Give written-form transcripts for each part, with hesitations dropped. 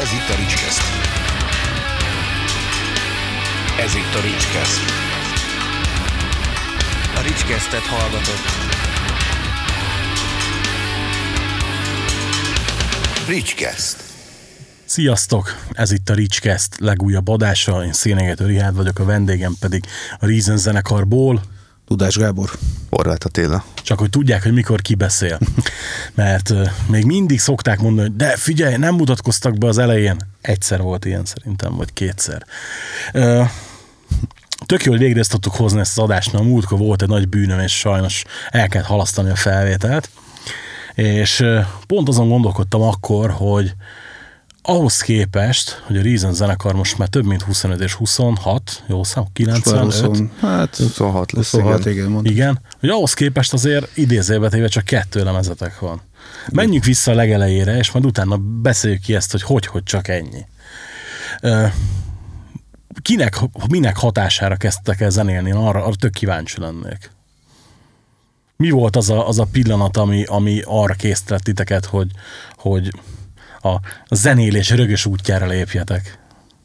Ez itt a Ricskeszt. Ez itt a Ricskeszt. A Ricskesztet hallgatott. Ricskeszt. Sziasztok! Ez itt a Ricskeszt legújabb adása. Én Szénégető Richárd vagyok, a vendégem pedig a Reason zenekarból Tudás Gábor. Horváth Attila. Csak hogy tudják, hogy mikor ki beszél. Mert még mindig szokták mondani, hogy de figyelj, nem mutatkoztak be az elején. Egyszer volt ilyen szerintem, vagy kétszer. Tök jó, hogy végre ezt tudtuk hozni ezt az adást, mert a múltkor volt egy nagy bűnöm, és sajnos el kellett halasztani a felvételt. És pont azon gondolkodtam akkor, hogy ahhoz képest, hogy a Reason zenekar most már több mint 25 és 26, jó szám, 95? Hát 26 lesz, 26, igen. Igen, hogy ahhoz képest azért idézőjelbe téve csak 2 lemezetek van. Menjünk vissza a legelejére, és majd utána beszéljük ki ezt, hogy csak ennyi. Minek hatására kezdtek el zenélni? Arra tök kíváncsi lennék. Mi volt az a pillanat, ami arra készített titeket, hogy a zenélés rögös útjára lépjetek?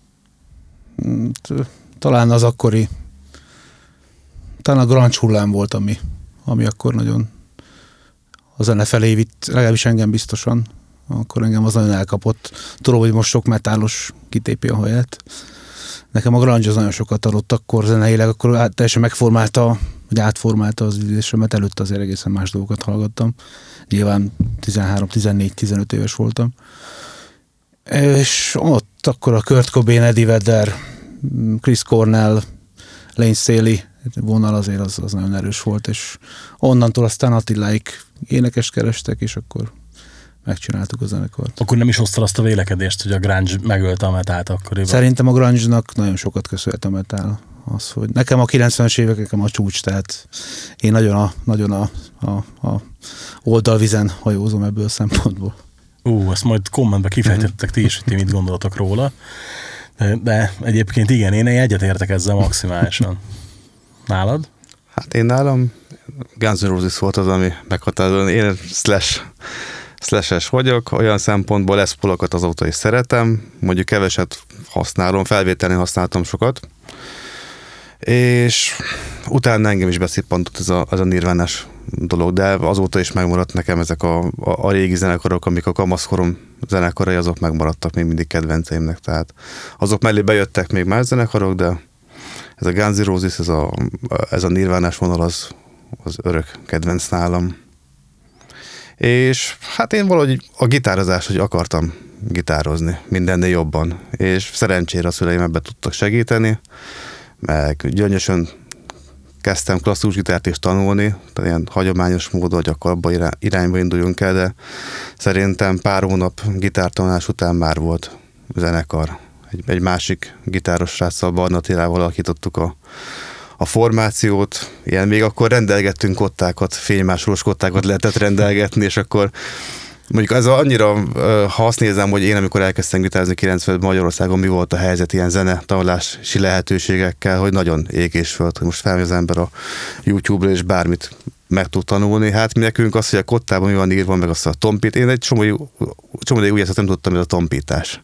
Talán az akkori, talán a grunge hullám volt, ami akkor nagyon a zene felé vitt, legalábbis engem biztosan. Akkor engem az nagyon elkapott. Tudom, hogy most sok metálos kitépi a haját. Nekem a grunge az nagyon sokat adott akkor zeneileg, akkor teljesen megformálta, vagy átformálta az ízlésemet, előtte azért egészen más dolgokat hallgattam. Nyilván 13, 14, 15 éves voltam. És ott akkor a Kurt Cobain, Eddie Vedder, Chris Cornell, Layne Staley vonal azért az nagyon erős volt, és onnantól aztán Attiláik énekest kerestek, és akkor megcsináltuk a zenekart. Akkor nem is hoztad azt a vélekedést, hogy a grunge megölte a metált akkoriban? Szerintem a grunge-nak nagyon sokat köszönhet a metál. Az, hogy nekem a 90-es évek, nekem a csúcs, tehát én nagyon a oldalvizen hajózom ebből a szempontból. Ezt majd kommentben kifejtettek ti is, hogy ti mit gondolatok róla. De egyébként igen, én egyetértek ezzel maximálisan. Nálad? Hát én nálam Guns N' Roses volt az, ami meghatározó. Én slash-es vagyok, olyan szempontból Les Paulokat azóta is szeretem, mondjuk keveset használom, felvételni használtam sokat, és utána engem is beszippantott ez a nirvánás dolog, de azóta is megmaradt nekem ezek a régi zenekarok, amik a kamaszkorom zenekarai, azok megmaradtak még mindig kedvenceimnek, tehát azok mellé bejöttek még más zenekarok, de ez a Guns N' Roses, ez a nirvánás vonal az örök kedvenc nálam. És hát én valahogy a gitározás, hogy akartam gitározni mindennél jobban, és szerencsére a szüleim ebbe tudtak segíteni, meg gyöngyösen kezdtem klasszikus gitárt is tanulni, tehát ilyen hagyományos módon, hogy akkor abba irányba induljunk el, de szerintem pár hónap gitártanulás után már volt zenekar. Egy másik gitáros sráccal, Barna Attilával alakítottuk a formációt, ilyen még akkor rendelgettünk kottákat, fénymásolós kottákat lehetett rendelgetni, és akkor mondjuk ez annyira, ha azt nézem, hogy én amikor elkezdtem gitározni 90-ben Magyarországon, mi volt a helyzet ilyen zenetanulási lehetőségekkel, hogy nagyon ég és föld, hogy most felmegy az ember a YouTube-ra és bármit meg tud tanulni. Hát mi nekünk az, hogy a kottában mi van írva, meg azt a tompít. Én egy csomó úgy ezt nem tudtam, hogy a tompítás.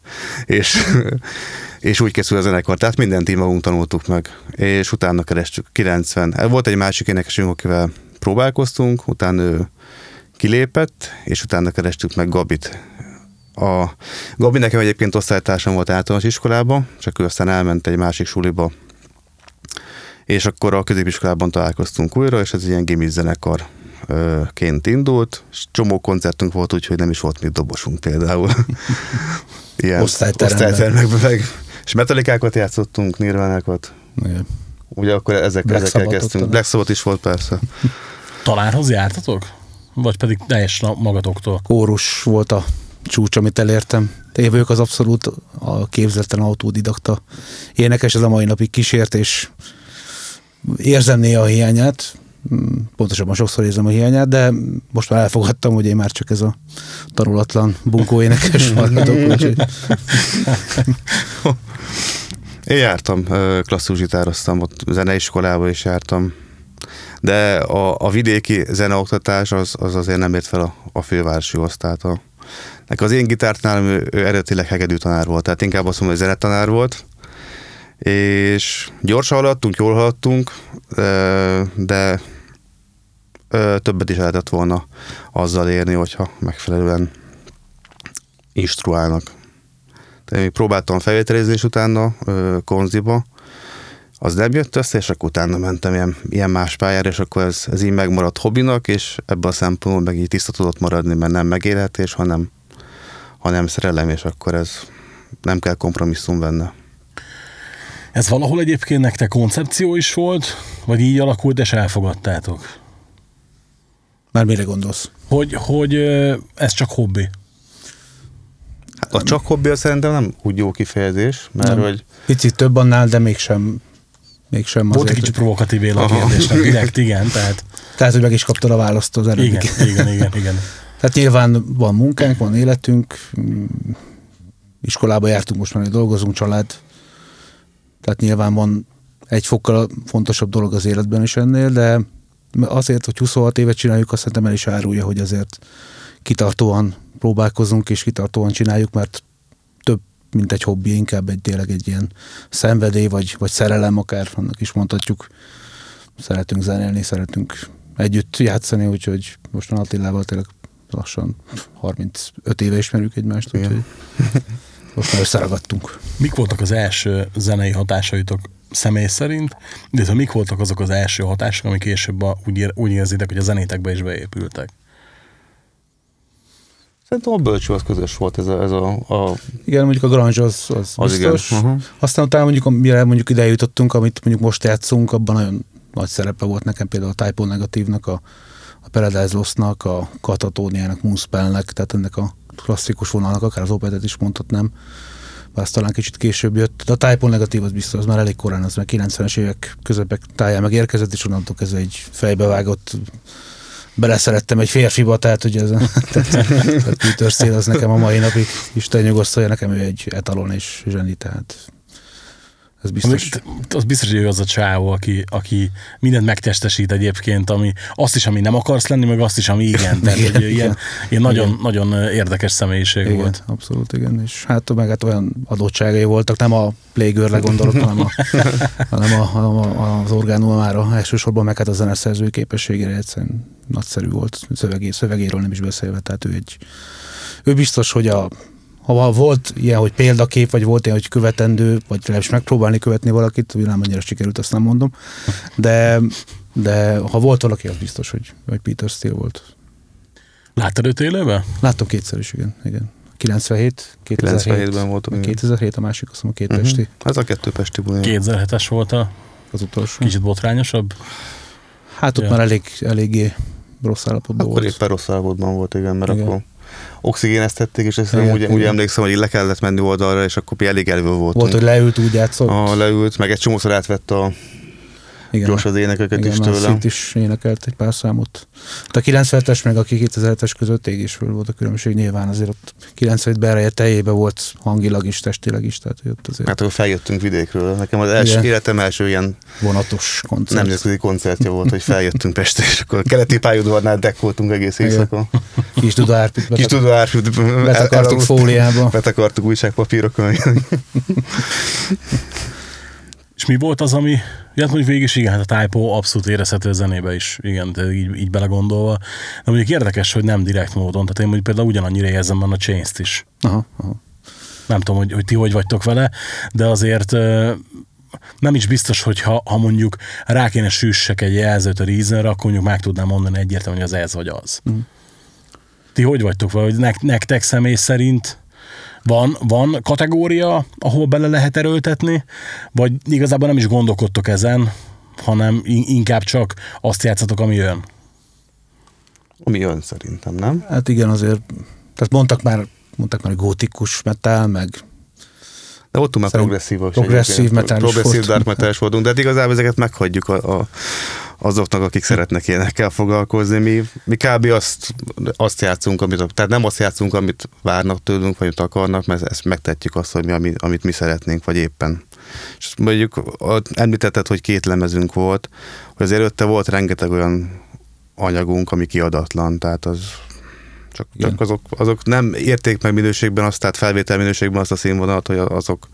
És úgy készül a zenekar. Tehát mindent így magunk tanultuk meg. És utána kerestük 90. Volt egy másik énekesünk, akivel próbálkoztunk, utána ő kilépett, és utána kerestük meg Gabit. A Gabi nekem egyébként osztálytársam volt általános iskolában, csak ő aztán elment egy másik suliba, és akkor a középiskolában találkoztunk újra, és ez ilyen gimis zenekarként indult, és csomó koncertünk volt, úgyhogy nem is volt mit dobosunk például. Ilyen osztálytermekben meg. És metalikákat játszottunk, nirvánákat. Igen. Ugye akkor ezekkel kezdtünk. Black Sabbath is volt persze. Tanárhoz jártatok? Vagy pedig teljesen magatoktól? Kórus volt a csúcs, amit elértem. Én vagyok az abszolút a képzetlen autodidakta énekes, ez a mai napig kísért, és érzem néha a hiányát, pontosabban sokszor érzem a hiányát, de most már elfogadtam, hogy én már csak ez a tanulatlan bunkó énekes maradok. Én jártam, klasszikus gitároztam, ott zeneiskolába is jártam, de a vidéki zeneoktatás az azért nem ért fel a fővárosi osztályt. Neki az én gitártnálam ő eredetileg hegedű tanár volt, tehát inkább azt mondom, hogy zenetanár volt, és gyorsan haladtunk, jól haladtunk, de többet is lehetett volna azzal érni, hogyha megfelelően instruálnak. Tehát még próbáltam felvételizni is utána konziba, az nem jött össze, és akkor utána mentem ilyen más pályára, és akkor ez így megmaradt hobbinak, és ebből a szempontból meg így tiszta tudott maradni, mert nem megélhetés, hanem szerelem, és akkor ez nem kell kompromisszum benne. Ez valahol egyébként nektek koncepció is volt, vagy így alakult, és elfogadtátok? Már mire gondolsz? Hogy ez csak hobbi? Hát a csak hobbi az szerintem nem úgy jó kifejezés, mert nem. hogy... Picit több annál, de mégsem volt egy kicsit provokatív a kérdésnek, direkt, igen, tehát... Tehát, hogy meg is kaptad a választ az előbbi. Igen. Tehát nyilván van munkánk, van életünk, iskolába jártunk, most már dolgozunk, család. Tehát nyilván van egy fokkal fontosabb dolog az életben is ennél, de azért, hogy 26 évet csináljuk, azt szerintem el is árulja, hogy azért kitartóan próbálkozunk és kitartóan csináljuk, mert több, mint egy hobbi, inkább tényleg egy ilyen szenvedély, vagy szerelem, akár annak is mondhatjuk. Szeretünk zenélni, szeretünk együtt játszani, úgyhogy most a Attilával tényleg lassan 35 éve ismerjük egymást, úgyhogy most már összeragadtunk. Mik voltak az első zenei hatásaitok személy szerint, illetve mik voltak azok az első hatások, amik később úgy érzitek, hogy a zenétekbe is beépültek? Szerintem a bölcső az közös volt ez a... Igen, mondjuk a grunge az biztos. Igen. Aztán utána mire ide jutottunk, amit mondjuk most játszunk, abban nagyon nagy szerepe volt nekem például a Type O Negatívnak, a Paradise Lost-nak, a Katatóniának, Moonspellnek, tehát ennek a klasszikus vonalnak, akár az Opetet is mondhatnám, bár talán kicsit később jött. De a Type O Negatív az biztos, az már elég korán, az már 90-es évek közepek táján megérkezett, és onnantól kezdve egy fejbevágott, beleszerettem egy férfiba, tehát ugye ez tehát Peter Steele az nekem a mai napig, Isten nyugosztalja, nekem ő egy etalon és zseni, tehát ez biztos. Az biztos, hogy ő az a csávó, aki mindent megtestesít egyébként, azt is, ami nem akarsz lenni, meg azt is, ami igen. Tehát ilyen nagyon érdekes személyiség igen, volt. Abszolút, igen. És hát olyan adottságai voltak, nem a Playgirl-re gondolok, hanem az orgánumára elsősorban, meg hát a zeneszerzői képességére egyszerűen nagyszerű volt. Szövegéről nem is beszélve, tehát ő biztos, hogy ha volt ilyen, hogy példakép, vagy volt ilyen, hogy követendő, vagy legalábbis megpróbálni követni valakit, nem annyira sikerült, azt nem mondom, de ha volt valaki, az biztos, hogy Peter Steele volt. Láttad őt élőben? Láttam kétszer is, igen. 97-ben voltam. 2007 a másik, azt mondom, két pesti. Ez a kettő pesti volt. 2007-es volt az utolsó. Kicsit botrányosabb? Hát ott már eléggé rossz állapotban volt. Akkor éppen rossz állapotban volt, igen, mert akkor oxigéneztették, és ezt úgy emlékszem, hogy le kellett menni oldalra, és akkor elég elvő voltunk. Volt, hogy leült, úgy játszott. Leült, meg egy csomószor átvett a gyors az énekeket is tőle. Igen, is énekelt egy pár számot. De a 97-es meg a 2007-es között ég is föl volt a különbség. Nyilván azért ott 97-ben erre teljében volt hangilag is, testileg is. Tehát ott azért... Hát akkor feljöttünk vidékről. Nekem az életem első ilyen vonatos koncert. Nemzetközi koncertje volt, hogy feljöttünk Pestre, és akkor keleti pályaudvarnál dekkoltunk egész éjszaka. Kis Duda Árpit betakartuk fóliába. Betakartuk újságpapírokon. És mi volt az, ami... Ja, mondjuk végig is igen, hát a Type O abszolút érezhető zenébe is, igen, így belegondolva. De mondjuk érdekes, hogy nem direkt módon, tehát én mondjuk például ugyanannyira érzem a Chains-t is. Aha. Nem tudom, hogy ti hogy vagytok vele, de azért nem is biztos, hogy ha mondjuk rá kéne süssek egy jelzőt a Reasonre, akkor mondjuk meg tudnám mondani egyértelműen, hogy az ez vagy az. Ti hogy vagytok vele, hogy nektek személy szerint van kategória, ahol bele lehet erőltetni, vagy igazából nem is gondolkodtok ezen, hanem inkább csak azt játszatok, ami jön? Ami jön szerintem, nem? Hát igen, azért, tehát mondtak már gótikus metal, meg de ott már progresszív dark metal voltunk, de hát igazából ezeket meghagyjuk azoknak, akik szeretnek ilyenekkel foglalkozni. Mi kb. azt játszunk, tehát nem azt játszunk, amit várnak tőlünk, vagy amit akarnak, mert ezt megtetjük azt, hogy amit mi szeretnénk, vagy éppen. És mondjuk említetted, hogy 2 lemezünk volt, hogy az előtte volt rengeteg olyan anyagunk, ami kiadatlan, tehát az Csak azok nem érték meg minőségben azt, tehát felvétel minőségben azt a színvonalat, hogy azok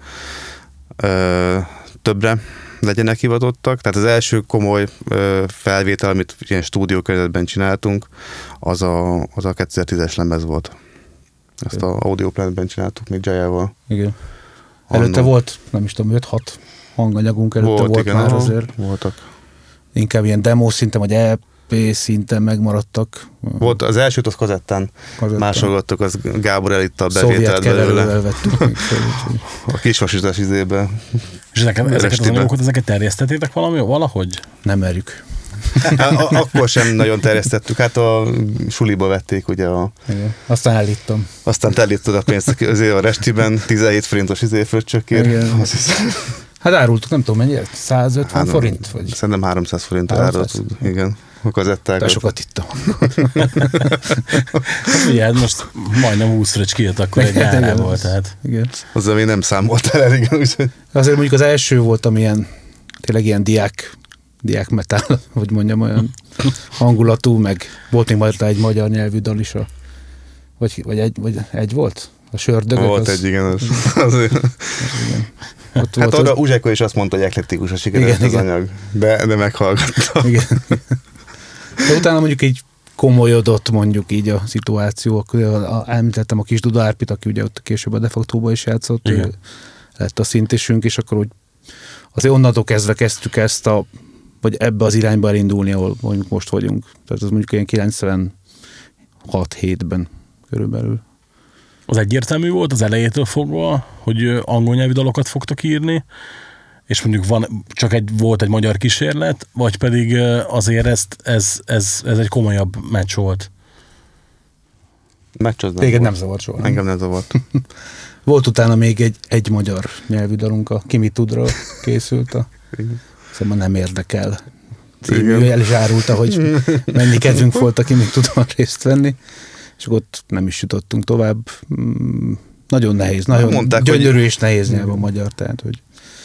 többre legyenek hivatottak. Tehát az első komoly felvétel, amit ilyen stúdiókörnyezetben csináltunk, az a 2010-es lemez volt. Ezt a Audioplanetben csináltuk még Jayával. Igen. Előtte volt, nem is tudom, 5-6 hanganyagunk előtte volt igen, már azért. Voltak. Inkább ilyen demo szinten, vagy EP szinten megmaradtak. Volt, az elsőt az kazettán másolgattuk, az Gábor elittal Szovjet bevételt belőle. keverővel vettük még. A kisvasítás izébe. És ezeket az anyagokat, ezeket terjesztettétek valahogy? Nem merjük. Hát, akkor sem nagyon terjesztettük. Hát a suliba vették ugye Igen. Aztán elittem. Aztán te elíttad a pénzt azért a restiben, 17 forintos fröccsökért. Hát árultuk, nem tudom mennyire, 150 forint? Vagy? Szerintem 300 forint árultuk. Igen. A kazettákat. De sokat ittam. Figyelj, most majdnem 20 fröccs kijött akkor egy árából, tehát. Igen. Azzal még nem számoltál el, igen. Úgyhogy. Azért mondjuk az első volt, amilyen tényleg ilyen diák metal, hogy mondjam, olyan hangulatú, meg volt még majd egy magyar nyelvű dal is, vagy egy volt? A Sördögök? Volt egy, igen. Igen. Ott hát arra Uzseko is azt mondta, hogy eklektikus a sikeres az anyag, de meghallgattam. Igen. De utána mondjuk így komolyodott mondjuk így a szituáció, akkor említettem a kis Duda Árpit, aki ugye ott később a De Factóba is játszott, ő lett a szintésünk, és akkor úgy azért onnantól kezdve kezdtük ezt vagy ebbe az irányba elindulni, ahol mondjuk most vagyunk. Tehát az mondjuk ilyen 96-7-ben körülbelül. Az egyértelmű volt az elejétől fogva, hogy angol nyelvű dalokat fogtok írni, és mondjuk volt egy magyar kísérlet, vagy pedig azért ez egy komolyabb meccs volt? Meccs az nem Téged volt. nem zavart soha. Engem nem zavart. Volt utána még egy magyar nyelvű dalunk, a Ki mit tudról készült, szóval Nem érdekel című, el is árulta, hogy mennyi kedvünk volt, aki mit tudva részt venni, és ott nem is jutottunk tovább. Nagyon nehéz, nagyon mondták, gyönyörű és nehéz nyelv a magyar, tehát hogy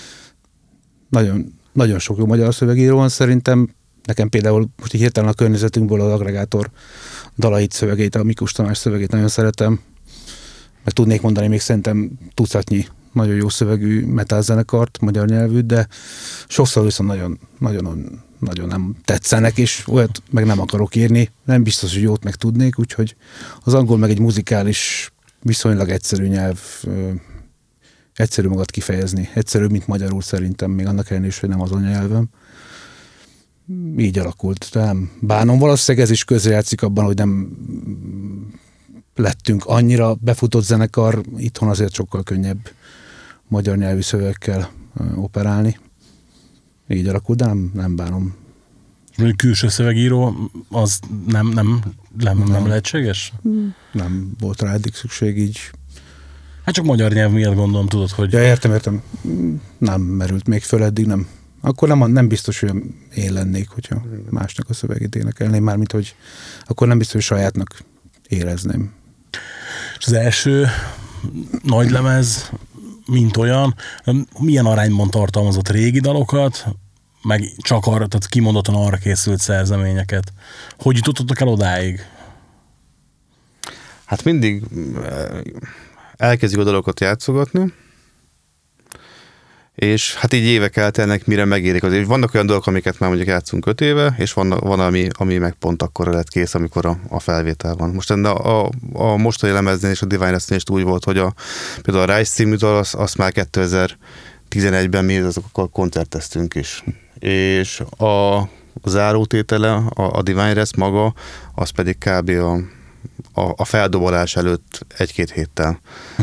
nagyon, nagyon sok jó magyar szövegíró van szerintem. Nekem például most így hirtelen a környezetünkből az Aggregátor dalait, szövegét, a Mikus Tamás szövegét nagyon szeretem. Meg tudnék mondani még szerintem tucatnyi nagyon jó szövegű metal zenekart, magyar nyelvű, de sokszor viszont nagyon, nagyon, nagyon nem tetszenek, és olyat meg nem akarok írni. Nem biztos, hogy jót meg tudnék, úgyhogy az angol meg egy muzikális, viszonylag egyszerű nyelv, egyszerű magad kifejezni. Egyszerűbb, mint magyarul szerintem, még annak ellenére is, hogy nem az anyanyelvem. Így alakult. De nem bánom, valószínűleg ez is közrejátszik abban, hogy nem lettünk annyira befutott zenekar, itthon azért sokkal könnyebb magyar nyelvű szövegekkel operálni. Így alakult, de nem bánom. Mondjuk külső szövegíró, az nem lehetséges? Nem volt rá eddig szükség így. Hát csak magyar nyelv miatt gondolom, tudod, hogy... Ja, értem. Nem merült még föl eddig, nem. Akkor nem biztos, hogy én lennék, hogyha másnak a szövegét énekelném, mármint, hogy akkor nem biztos, hogy sajátnak érezném. És az első nagy lemez, mint olyan, milyen arányban tartalmazott régi dalokat, meg csak arra, tehát kimondottan arra készült szerzeményeket. Hogy jutottatok el odáig? Hát mindig elkezdjük a dalokat játszogatni, és hát így évek eltelnek, mire megérik az. És vannak olyan dolgok, amiket már mondjuk játszunk 5 éve, és van ami meg pont akkor lett kész, amikor a felvétel van. Most a mostani lemeznél és a Divine Wrestling is úgy volt, hogy például a Rise című dal, azt már 2011-ben mi azokkal koncerteztünk is. És a zárótétele, a Divine Wrest maga, az pedig kb. A feldobolás előtt 1-2 héttel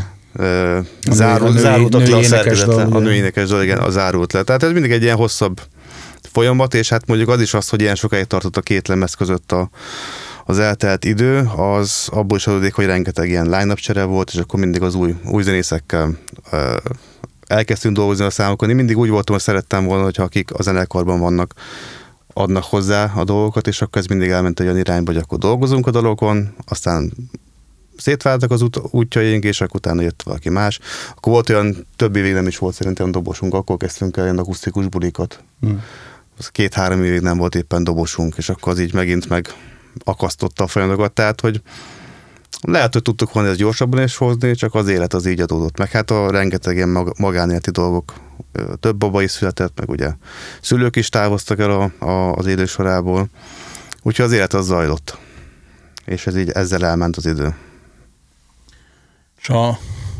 zárultak le a szerkezetre, a női énekes dal, igen, a zárult le. Tehát ez mindig egy ilyen hosszabb folyamat, és hát mondjuk az is az, hogy ilyen sokáig tartott a 2 lemez között az eltelt idő, az abból is adódik, hogy rengeteg ilyen line-up csere volt, és akkor mindig az új zenészekkel elkezdtünk dolgozni a számokon. Én mindig úgy voltam, hogy szerettem volna, hogyha akik a zenekarban vannak, adnak hozzá a dolgokat, és akkor ez mindig elment egy olyan irányba, hogy akkor dolgozunk a dalokon, aztán szétváltak az útjaink, és akkor utána jött valaki más. Akkor volt olyan, több évig nem is volt szerintem dobosunk, akkor kezdtünk el ilyen akusztikus bulikat. Az 2-3 évig nem volt éppen dobosunk, és akkor az így megint megakasztotta a folyamatokat. Tehát, hogy Lehet, hogy tudtuk volna ezt gyorsabban is hozni, csak az élet az így adódott meg. Hát a rengeteg ilyen magánéleti dolgok, több baba is született, meg ugye szülők is távoztak el az idő sorából. Úgyhogy az élet az zajlott. És ez így ezzel elment az idő. És a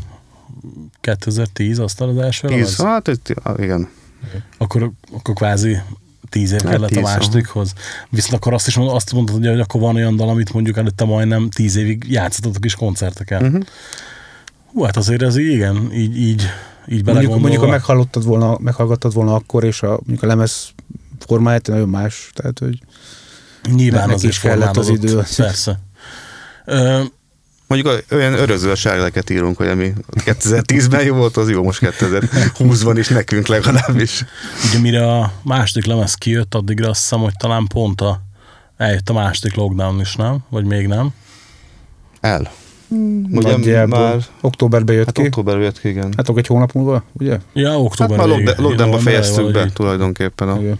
2010 aztán az első lemez? Hát igen. Akkor kvázi 10 év kellett 10, a másodikhoz. Viszont akkor azt mondtad, hogy akkor van olyan dal, amit mondjuk előtte majdnem 10 évig játszottatok is koncerteken. Hát azért ez igen, így belegondolva. Mondjuk ha meghallgattad volna akkor, és mondjuk a lemez formáját nagyon más, tehát hogy nyilván azért is kellett az idő. Persze. Mondjuk olyan öröző sárleket írunk, hogy ami 2010-ben jó volt, az jó most 2020-ban is nekünk legalábbis. Ugye mire a második lemez kijött, addigra azt hiszem, hogy talán pont eljött a második lockdown is, nem? Vagy még nem? Nagyjából már októberben jött ki. Októberben jött ki, igen. Hát egy hónap múlva, ugye? Ja, októberben. Hát már lockdownban fejeztük be tulajdonképpen.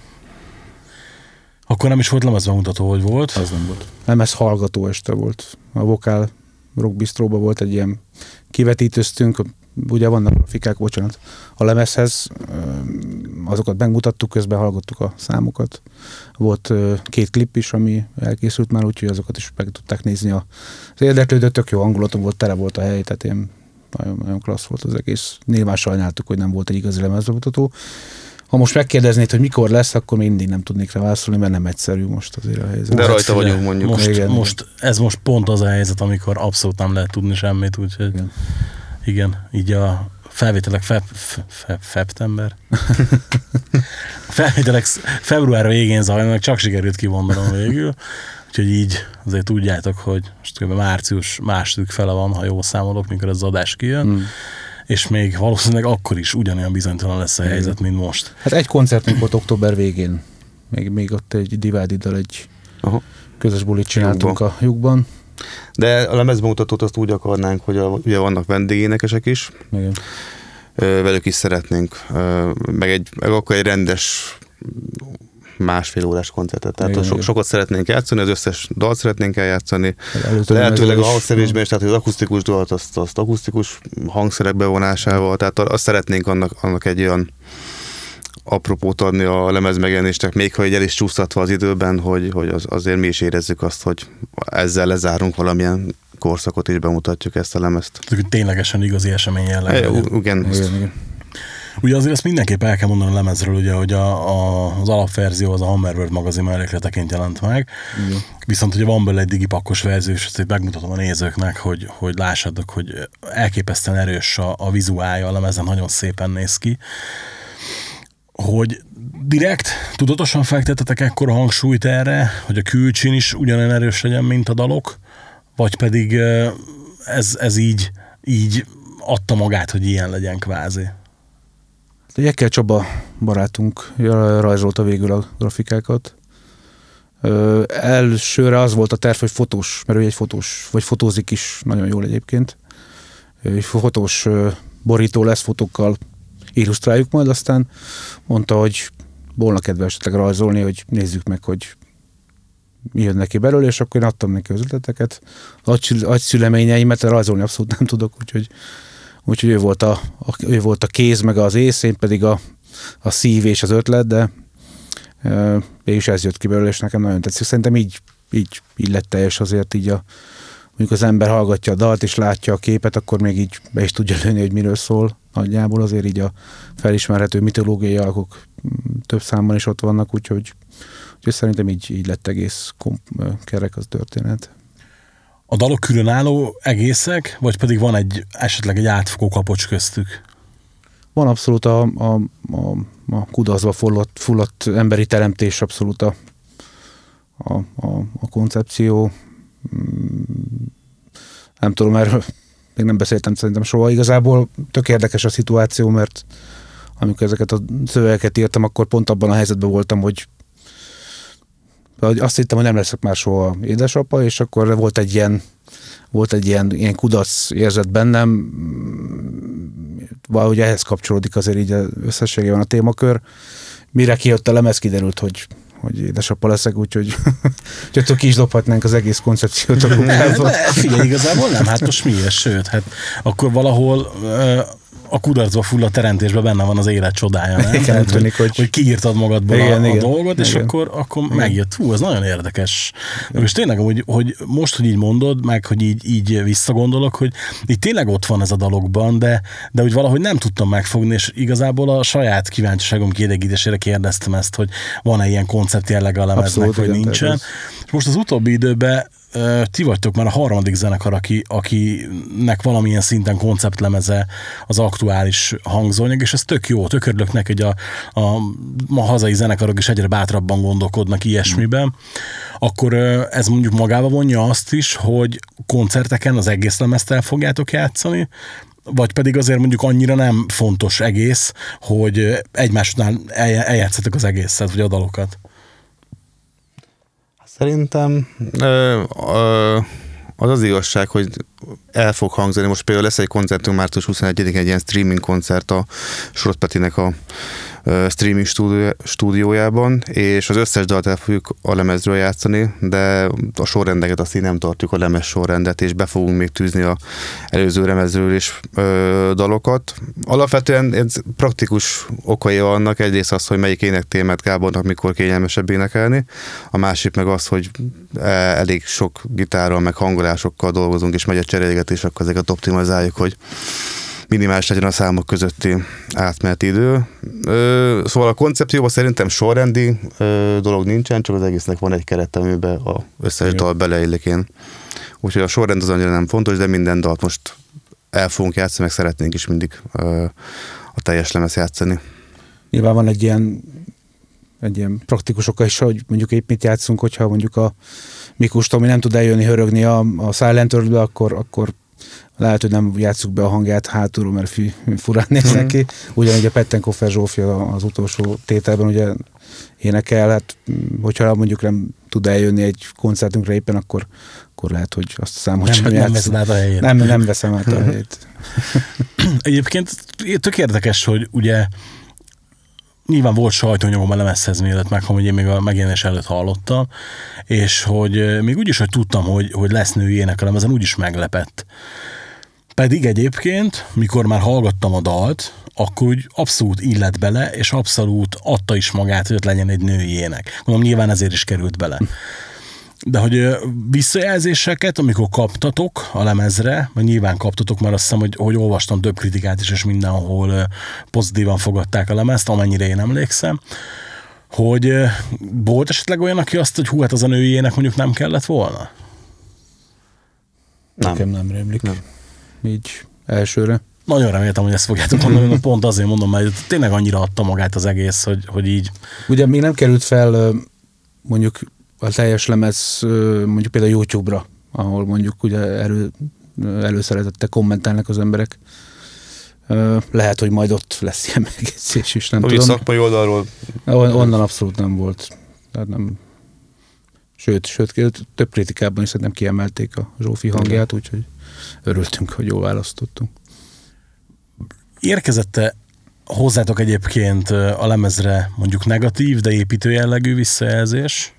Akkor nem is volt lemezbemutató, hogy volt? Az nem volt. Lemez hallgató este volt. A Vokál Rock Bistróban volt egy ilyen kivetítőztünk, ugye vannak grafikák, bocsánat, a lemezhez, azokat megmutattuk, közben hallgattuk a számokat. Volt 2 klip is, ami elkészült már, úgyhogy azokat is meg tudták nézni az érdeklődők, tök jó hangulaton volt, tele volt a hely, tehát ilyen nagyon, nagyon klassz volt az egész. Nyilván sajnáltuk, hogy nem volt egy igazi lemezbemutató. Ha most megkérdeznéd, hogy mikor lesz, akkor mindig nem tudnék rá válaszolni, mert nem egyszerű most azért a helyzet. De rajta vagyunk mondjuk. Ez most pont az a helyzet, amikor abszolút nem lehet tudni semmit, úgyhogy igen így a felvételek szeptember. A felvételek február végén zajlanak, csak sikerült kimondanom végül. Úgyhogy így azért tudjátok, hogy most kb. Március második fele van, ha jól számolok, mikor az adás kijön. És még valószínűleg akkor is ugyanolyan bizonytalan lesz a helyzet, mint most. Hát egy koncertünk volt október végén. Még ott egy Divided-dal egy közös bulit csináltunk a lyukban. De a lemezbemutatót azt úgy akarnánk, hogy ugye vannak vendégénekesek is. Igen. Velük is szeretnénk. Meg akkor egy rendes másfél órás koncertet. Tehát sokat szeretnénk játszani, az összes dalt szeretnénk eljátszani. Lehetőleg a hangszerésben is, tehát az akusztikus dalt, azt akusztikus hangszerek bevonásával, tehát azt szeretnénk annak egy olyan apropót adni a lemez megjelenésnek, még ha el is csúsztatva az időben, hogy azért mi is érezzük azt, hogy ezzel lezárunk valamilyen korszakot és bemutatjuk ezt a lemezt. Ténylegesen igazi esemény jellegű. Igen. Ugye azért ezt mindenképp el kell mondani a lemezről, ugye, hogy az alapverzió az a Hammerworld magazin mellékleteként jelent meg. Igen. Viszont ugye van belőle egy digipakkos verzió, és ezt megmutatom a nézőknek, hogy lássátok, hogy elképesztően erős a vizuálja a lemezen, nagyon szépen néz ki. Hogy direkt tudatosan fektetetek ekkora hangsúlyt erre, hogy a külcsín is ugyanolyan erős legyen, mint a dalok, vagy pedig ez így adta magát, hogy ilyen legyen kvázi? Jekkel Csaba barátunk rajzolta végül a grafikákat. Elsőre az volt a terv, hogy fotós, mert ő egy fotós, vagy fotózik is nagyon jól egyébként. Fotós borító lesz, fotókkal illusztráljuk majd, aztán mondta, hogy volna kedve esetleg rajzolni, hogy nézzük meg, hogy mi jön neki belőle, és akkor én adtam neki az ötleteket. Agyszüleményeimet rajzolni abszolút nem tudok, úgyhogy ő volt a kéz, meg az ész, én pedig a szív és az ötlet, de mégis ez jött ki belőle, és nekem nagyon tetszik. Szerintem így lett teljes, azért így mondjuk az ember hallgatja a dalt, és látja a képet, akkor még így be is tudja lőni, hogy miről szól. Nagyjából azért így a felismerhető mitológiai alkok több számban is ott vannak, úgyhogy szerintem így lett egész kerek az történet. A dalok különálló egészek, vagy pedig van esetleg egy átfogó kapocs köztük? Van abszolút a kudarcba fulladt emberi teremtés, abszolút a koncepció. Nem tudom, erről még nem beszéltem szerintem soha. Igazából tök érdekes a szituáció, mert amikor ezeket a szövegeket írtam, akkor pont abban a helyzetben voltam, hogy azt hittem, hogy nem leszek már soha édesapa, és akkor volt egy ilyen kudarc érzet bennem, valahogy ehhez kapcsolódik azért így összességében a témakör. Mire kijött a lemez, kiderült, hogy hogy édesapa leszek, úgyhogy csak ki is dobhatnánk az egész koncepciót a kukába. Figyelj, igazából nem, hát most miért? Sőt, hát akkor valahol a kudarcba full a teremtésben benne van az élet csodája, nem? Igen, Tehát, tűnik, hogy kiírtad magadból a dolgot, és igen. akkor megjött. Hú, ez nagyon érdekes. És tényleg, hogy most, hogy így mondod, meg hogy így visszagondolok, hogy így tényleg ott van ez a dalokban, de úgy valahogy nem tudtam megfogni, és igazából a saját kíváncsiságom kielégítésére kérdeztem ezt, hogy van-e ilyen koncept jelleg a lemeznek, vagy nincsen. És most az utóbbi időben ti vagytok már a harmadik zenekar, akinek valamilyen szinten konceptlemeze az aktuális hangzóanyag, és ez tök jó, tök örülök neki, hogy a ma hazai zenekarok is egyre bátrabban gondolkodnak ilyesmiben. Akkor ez mondjuk magába vonja azt is, hogy koncerteken az egész lemezt el fogjátok játszani, vagy pedig azért mondjuk annyira nem fontos egész, hogy egymás után eljátszatok az egészet, vagy a dalokat. Szerintem az igazság, hogy el fog hangzani. Most például lesz egy koncertünk március 21-én, egy ilyen streaming koncert a Sorot Petinek a streaming stúdiójában, és az összes dalt el fogjuk a lemezről játszani, de a sorrendeket azt így nem tartjuk, a lemez sorrendet, és be fogunk még tűzni az előző lemezről is dalokat. Alapvetően ez praktikus okai vannak, egyrészt az, hogy melyik énektémát Gábornak mikor kényelmesebb énekelni, a másik meg az, hogy elég sok gitárral, meg hangolásokkal dolgozunk, és megy a cserélgetés, akkor ezeket optimalizáljuk, hogy minimális legyen a számok közötti átmeneti idő. Szóval a koncepcióban szerintem sorrendi dolog nincsen, csak az egésznek van egy keret, amiben az összes dal beleillik én. Úgyhogy a sorrend az annyira nem fontos, de minden dalt most el fogunk játszani, meg szeretnénk is mindig a teljes lemez játszani. Nyilván van egy ilyen praktikus oka is, hogy mondjuk épp mit játszunk, hogyha mondjuk a Mikus Tomi nem tud eljönni hörögni a Silent Earth-be, akkor lehet, hogy nem játsszuk be a hangját hátulról, mert furán néz neki. Ugyanígy a Pettenkoffer Zsófia az utolsó tételben ugye énekel, hát hogyha mondjuk nem tud eljönni egy koncertünkre éppen, akkor lehet, hogy azt a számot sem játszunk. Nem veszem át a helyét. Nem veszem át a helyét. Egyébként tök érdekes, hogy ugye nyilván volt sajtóanyagom a lemezhez, mielőtt meghallom, hogy én még a megjelenés előtt hallottam, és hogy még úgyis, hogy tudtam, hogy lesz női ének a lemezen, úgyis meglepett. Pedig egyébként, mikor már hallgattam a dalt, akkor úgy abszolút illett bele, és abszolút adta is magát, hogy ott legyen egy női ének. Mondom, nyilván ezért is került bele. De hogy visszajelzéseket, amikor kaptatok a lemezre, vagy nyilván kaptatok, mert azt hiszem, hogy olvastam több kritikát is, és mindenhol pozitívan fogadták a lemezt, amennyire én emlékszem, hogy volt esetleg olyan, aki azt, hogy hú, hát az a női ének mondjuk nem kellett volna? Nekem nem rémlik. Nem. Így elsőre. Nagyon reméltem, hogy ezt fogjátok mondani, pont azért mondom, mert tényleg annyira adta magát az egész, hogy így... Ugye még nem került fel mondjuk a teljes lemez mondjuk például YouTube-ra, ahol mondjuk ugye előszeretettel kommentelnek az emberek. Lehet, hogy majd ott lesz ilyen megjegyzés is, nem tudom. Szakmai oldalról? Onnan abszolút nem volt. Tehát nem... Sőt, több kritikában is szerintem kiemelték a Zsófi hangját, úgyhogy örültünk, hogy jól választottunk. Érkezette hozzátok egyébként a lemezre mondjuk negatív, de építő jellegű visszajelzés?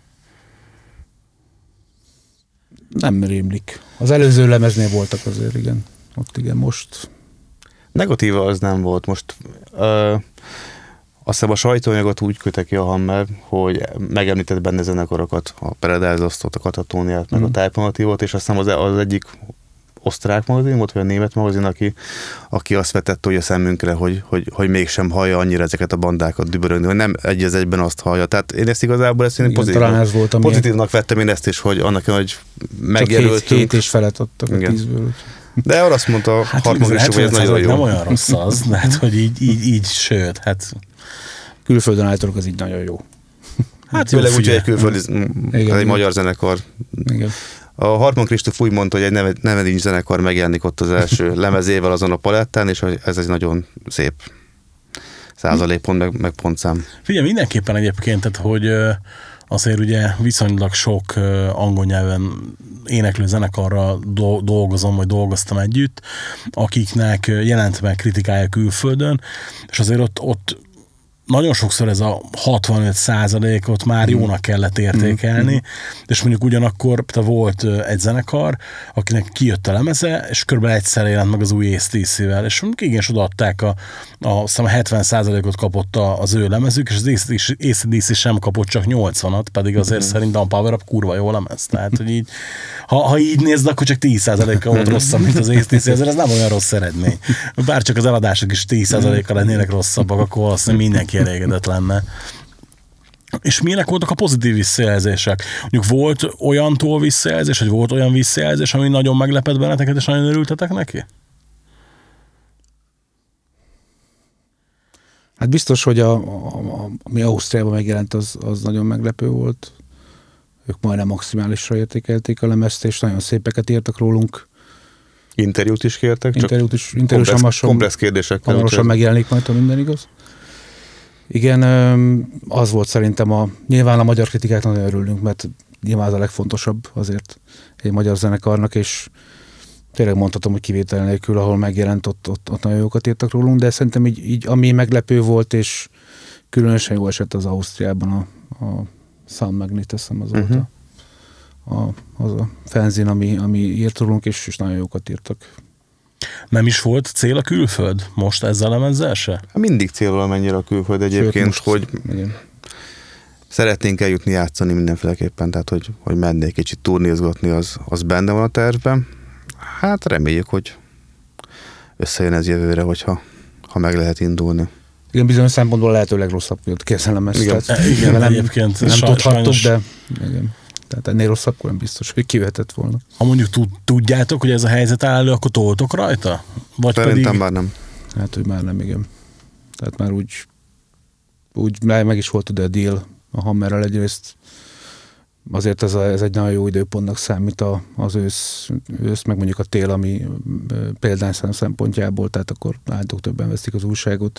Nem rémlik. Az előző lemeznél voltak azért, igen. Ott igen, most... Negatíva az nem volt. Most azt hiszem a sajtóanyagot úgy kötte ki a Hammer, hogy megemlített benne zenekarokat, a Paradise Lost-ot, a Katatóniát, meg a Type Motivot, és azt hiszem az egyik osztrák magazin volt, vagy a német magazin, aki azt vetette, hogy a szemünkre, hogy mégsem hallja annyira ezeket a bandákat dübörögni, hogy nem egy az egyben azt hallja. Tehát én ezt igazából pozitívnak vettem én ezt is, hogy annak, hogy megjelöltünk. 7 és felett adtak a 10-ből. De arra azt mondta a Hartmann is, hogy ez nagyon jó. Nem olyan rossz az, mert hogy így sőt, hát... Külföldön állítólag az így nagyon jó. Hát főleg úgy, hogy egy külföldi, egy magyar zenekar. Igen. A Hartmann Kristóf úgy mondta, hogy egy nevedincs zenekar megjelenik ott az első lemezével azon a palettán, és ez egy nagyon szép százalékpont, meg pontszám. Figyelj, mindenképpen egyébként, tehát, hogy azért ugye viszonylag sok angol nyelven éneklő zenekarral dolgozom, vagy dolgoztam együtt, akiknek jelent meg kritikája külföldön, és azért ott nagyon sokszor ez a 65%-ot már jónak kellett értékelni, és mondjuk ugyanakkor volt egy zenekar, akinek kijött a lemeze, és körülbelül egyszer jelent meg az új ACDC-vel, és mondjuk igen, és odaadták a 70%-ot kapott az ő lemezük, és az ACDC sem kapott csak 80-at, pedig azért szerintem a Power Up kurva jó lemez. Tehát, hogy így, ha így nézd, akkor csak 10%-kal volt rosszabb, mint az ACDC, ezért ez nem olyan rossz eredmény. Bár csak az eladások is 10%-kal lennének rosszabbak, akkor valószínűleg mindenki elégedett lenne. És milyenek voltak a pozitív visszajelzések? Mondjuk volt olyantól visszajelzés, vagy volt olyan visszajelzés, ami nagyon meglepett benneteket, és nagyon örültetek neki? Hát biztos, hogy ami Ausztriában megjelent, az nagyon meglepő volt. Ők majdnem maximálisra értékelték a lemezt, és nagyon szépeket írtak rólunk. Interjút is kértek? Interjút komplex kérdésekkel. Hamarosan megjelenik majd, ha minden igaz. Igen, az volt szerintem nyilván a magyar kritikát nagyon örülünk, mert nyilván az a legfontosabb azért egy magyar zenekarnak, és tényleg mondhatom, hogy kivétel nélkül, ahol megjelent, ott nagyon jókat írtak rólunk, de szerintem így ami meglepő volt, és különösen jó esett az Ausztriában a Sound Magnet, hiszem az volt az a fanzine, ami írt rólunk, és nagyon jókat írtak. Nem is volt cél a külföld most ezzel a lemezzel se? Mindig cél valamennyire a külföld egyébként, hogy szeretnénk eljutni játszani mindenféleképpen, tehát hogy mennék kicsit turnézgatni, az benne van a tervben. Hát reméljük, hogy összejön ez jövőre, hogyha meg lehet indulni. Igen, bizonyos szempontból lehetőleg rosszabb volt kézzelem ezt. Igen, egyébként nem tudhattuk, de igen. Tehát ennél rosszabb nem biztos, hogy kivehetett volna. Ha mondjuk tudjátok, hogy ez a helyzet áll elő, akkor toltok rajta? Vagy szerintem pedig... már nem. Hát, hogy már nem, igen. Tehát már úgy meg is volt a deal a Hammerrel egyrészt. Azért ez egy nagyon jó időpontnak számít az ősz, meg mondjuk a tél, ami példányszám szempontjából, tehát akkor látok többen veszik az újságot.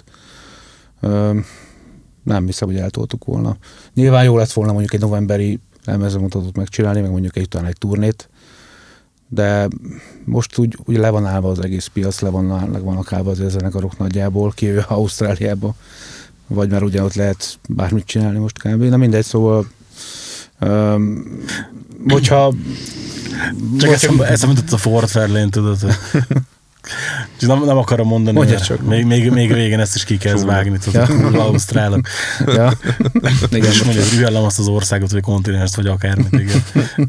Nem hiszem, hogy eltoltuk volna. Nyilván jó lett volna mondjuk egy novemberi lemezbemutatót megcsinálni, meg mondjuk utána egy turnét, de most úgy le van állva az egész piac, le vannak állva az zenekarok nagyjából, kivéve Ausztráliába, vagy már ugye ott lehet bármit csinálni most kb. Na mindegy, szóval hogyha... Csak eszembe jutott a Ford Fairlane, tudod. Nem akarom mondani, még végén ezt is ki kell vágni, tudod, ausztrálok. Ja. Igen, és mondja, hogy ühellem azt az országot, vagy kontinenst, vagy akármit, igen.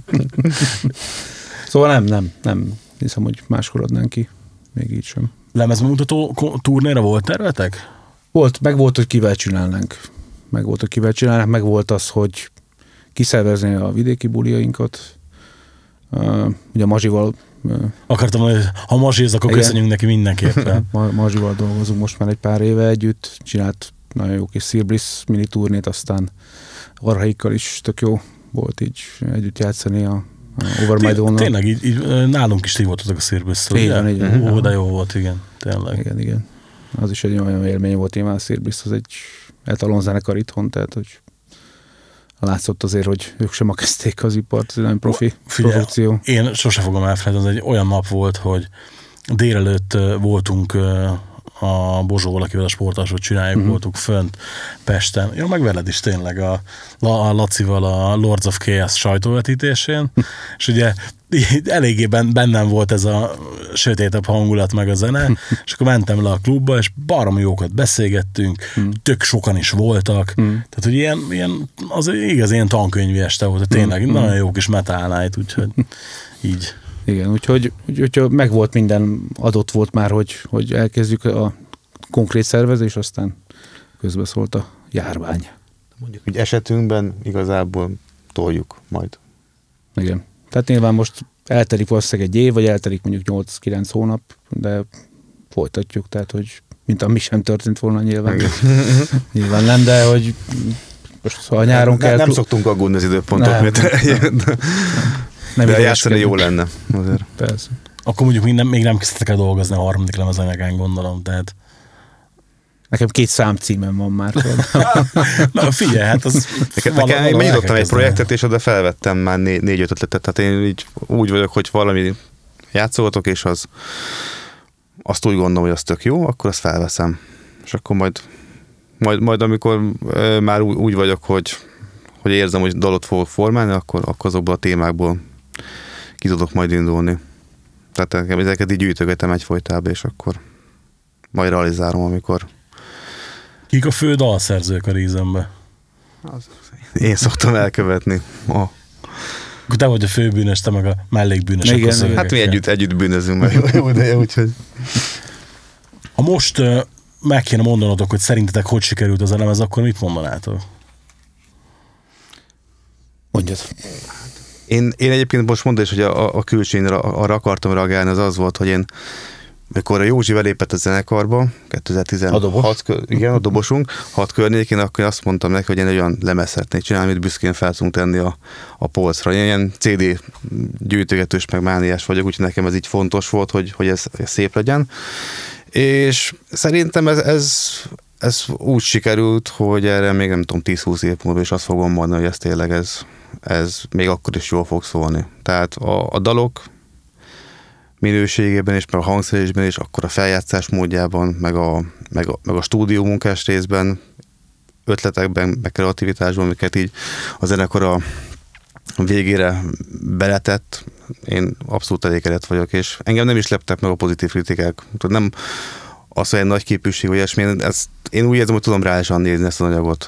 Szóval nem. Hiszem, hogy máskor adnánk ki. Még így sem. Lemezbemutató turnéra volt tervetek? Meg volt, hogy kivel csinálnánk. Meg volt az, hogy kiszervezni a vidéki buliainkat. Ugye a Mazsival... Akartam, hogy ha Mazsiz, akkor köszönjünk neki mindenképpen. Mazsival dolgozunk most már egy pár éve együtt. Csinált nagyon jó kis Seal Bliss mini turnét, aztán Arhaikkal is tök jó volt így együtt játszani a Over My Dome-nal. Tényleg, így nálunk is ti voltatok a Seal Bliss-től. Igen. De jó volt, igen. Tényleg. Igen. Az is egy olyan élmény volt, nyilván a Seal Bliss az egy etalonzenekar itthon, tehát hogy látszott azért, hogy ők sem kezdték az ipart, ez nagyon profi produkció. Én sose fogom elfelejteni, ez egy olyan nap volt, hogy délelőtt voltunk a Bozsóval, akivel a sportalsót csináljuk, voltunk fönt Pesten. Jó, meg veled is tényleg a Lacival a Lords of Chaos sajtóvetítésén, és ugye eléggé bennem volt ez a sötétebb hangulat meg a zene, és akkor mentem le a klubba, és baromi jókat beszélgettünk, tök sokan is voltak, tehát hogy ilyen az igaz, ilyen tankönyvi este volt, tényleg nagyon jó kis metal night, úgyhogy így. Igen, úgyhogy meg volt minden, adott volt már, hogy elkezdjük a konkrét szervezés, aztán közbeszólt a járvány. Mondjuk, hogy esetünkben igazából toljuk majd. Igen. Tehát nyilván most eltelik valószínűleg egy év, vagy eltelik mondjuk 8-9 hónap, de folytatjuk, tehát hogy mint ami sem történt volna nyilván. Nyilván nem, de hogy most szóval nyáron kell... Nem szoktunk aggódni az időpontot, de játszani jó lenne azért. Persze. Akkor mondjuk még nem kezdtek el dolgozni a harmadik lemezanyagán, gondolom, tehát... Nekem 2 számcímem van már. Na figyelj, hát az... Nekem megnyitottam egy projektet, és oda felvettem már 4-5 ötletet, tehát én így úgy vagyok, hogy valami játszoltok, és azt úgy gondolom, hogy az tök jó, akkor azt felveszem. És akkor majd Majd amikor már úgy vagyok, hogy érzem, hogy dalot fogok formálni, akkor azokból a témákból ki tudok majd indulni. Tehát ezeket így gyűjtögetem egyfolytában, és akkor majd realizálom, amikor... Kik a fő dalszerzők a Reasonbe? Én szoktam elkövetni. Te vagy a főbűnös, te meg a mellékbűnösök. Igen, hát mi együtt bűnözünk meg. Jó, de úgyhogy... Ha most meg kéne mondanotok, hogy szerintetek hogy sikerült az lemez, akkor mit mondanátok? Mondjad. Én egyébként most mondom is, hogy a külsőnyre arra akartam reagálni, az volt, hogy én mikor a Józsi belépett a zenekarba, 2016, a dobosunk, 6 környékén, akkor azt mondtam neki, hogy én egy olyan lemez szeretnék csinálni, amit büszkén fel tudunk tenni a polcra. Én ilyen CD gyűjtögetős, meg mániás vagyok, úgyhogy nekem ez így fontos volt, hogy ez szép legyen. És szerintem ez úgy sikerült, hogy erre még nem tudom 10-20 év múlva is azt fogom mondani, hogy ez tényleg ez még akkor is jól fog szólni. Tehát a dalok minőségében is, meg a hangszerésben is, akkor a feljátszás módjában, meg a stúdió munkás részben, ötletekben, meg kreativitásban, amiket így a zenekar a végére beletett, én abszolút elégedett vagyok, és engem nem is leptek meg a pozitív kritikák. Nem az, hogy egy nagy képűség, vagy ilyesmi, én úgy érzem, hogy tudom reálisan nézni ezt az anyagot,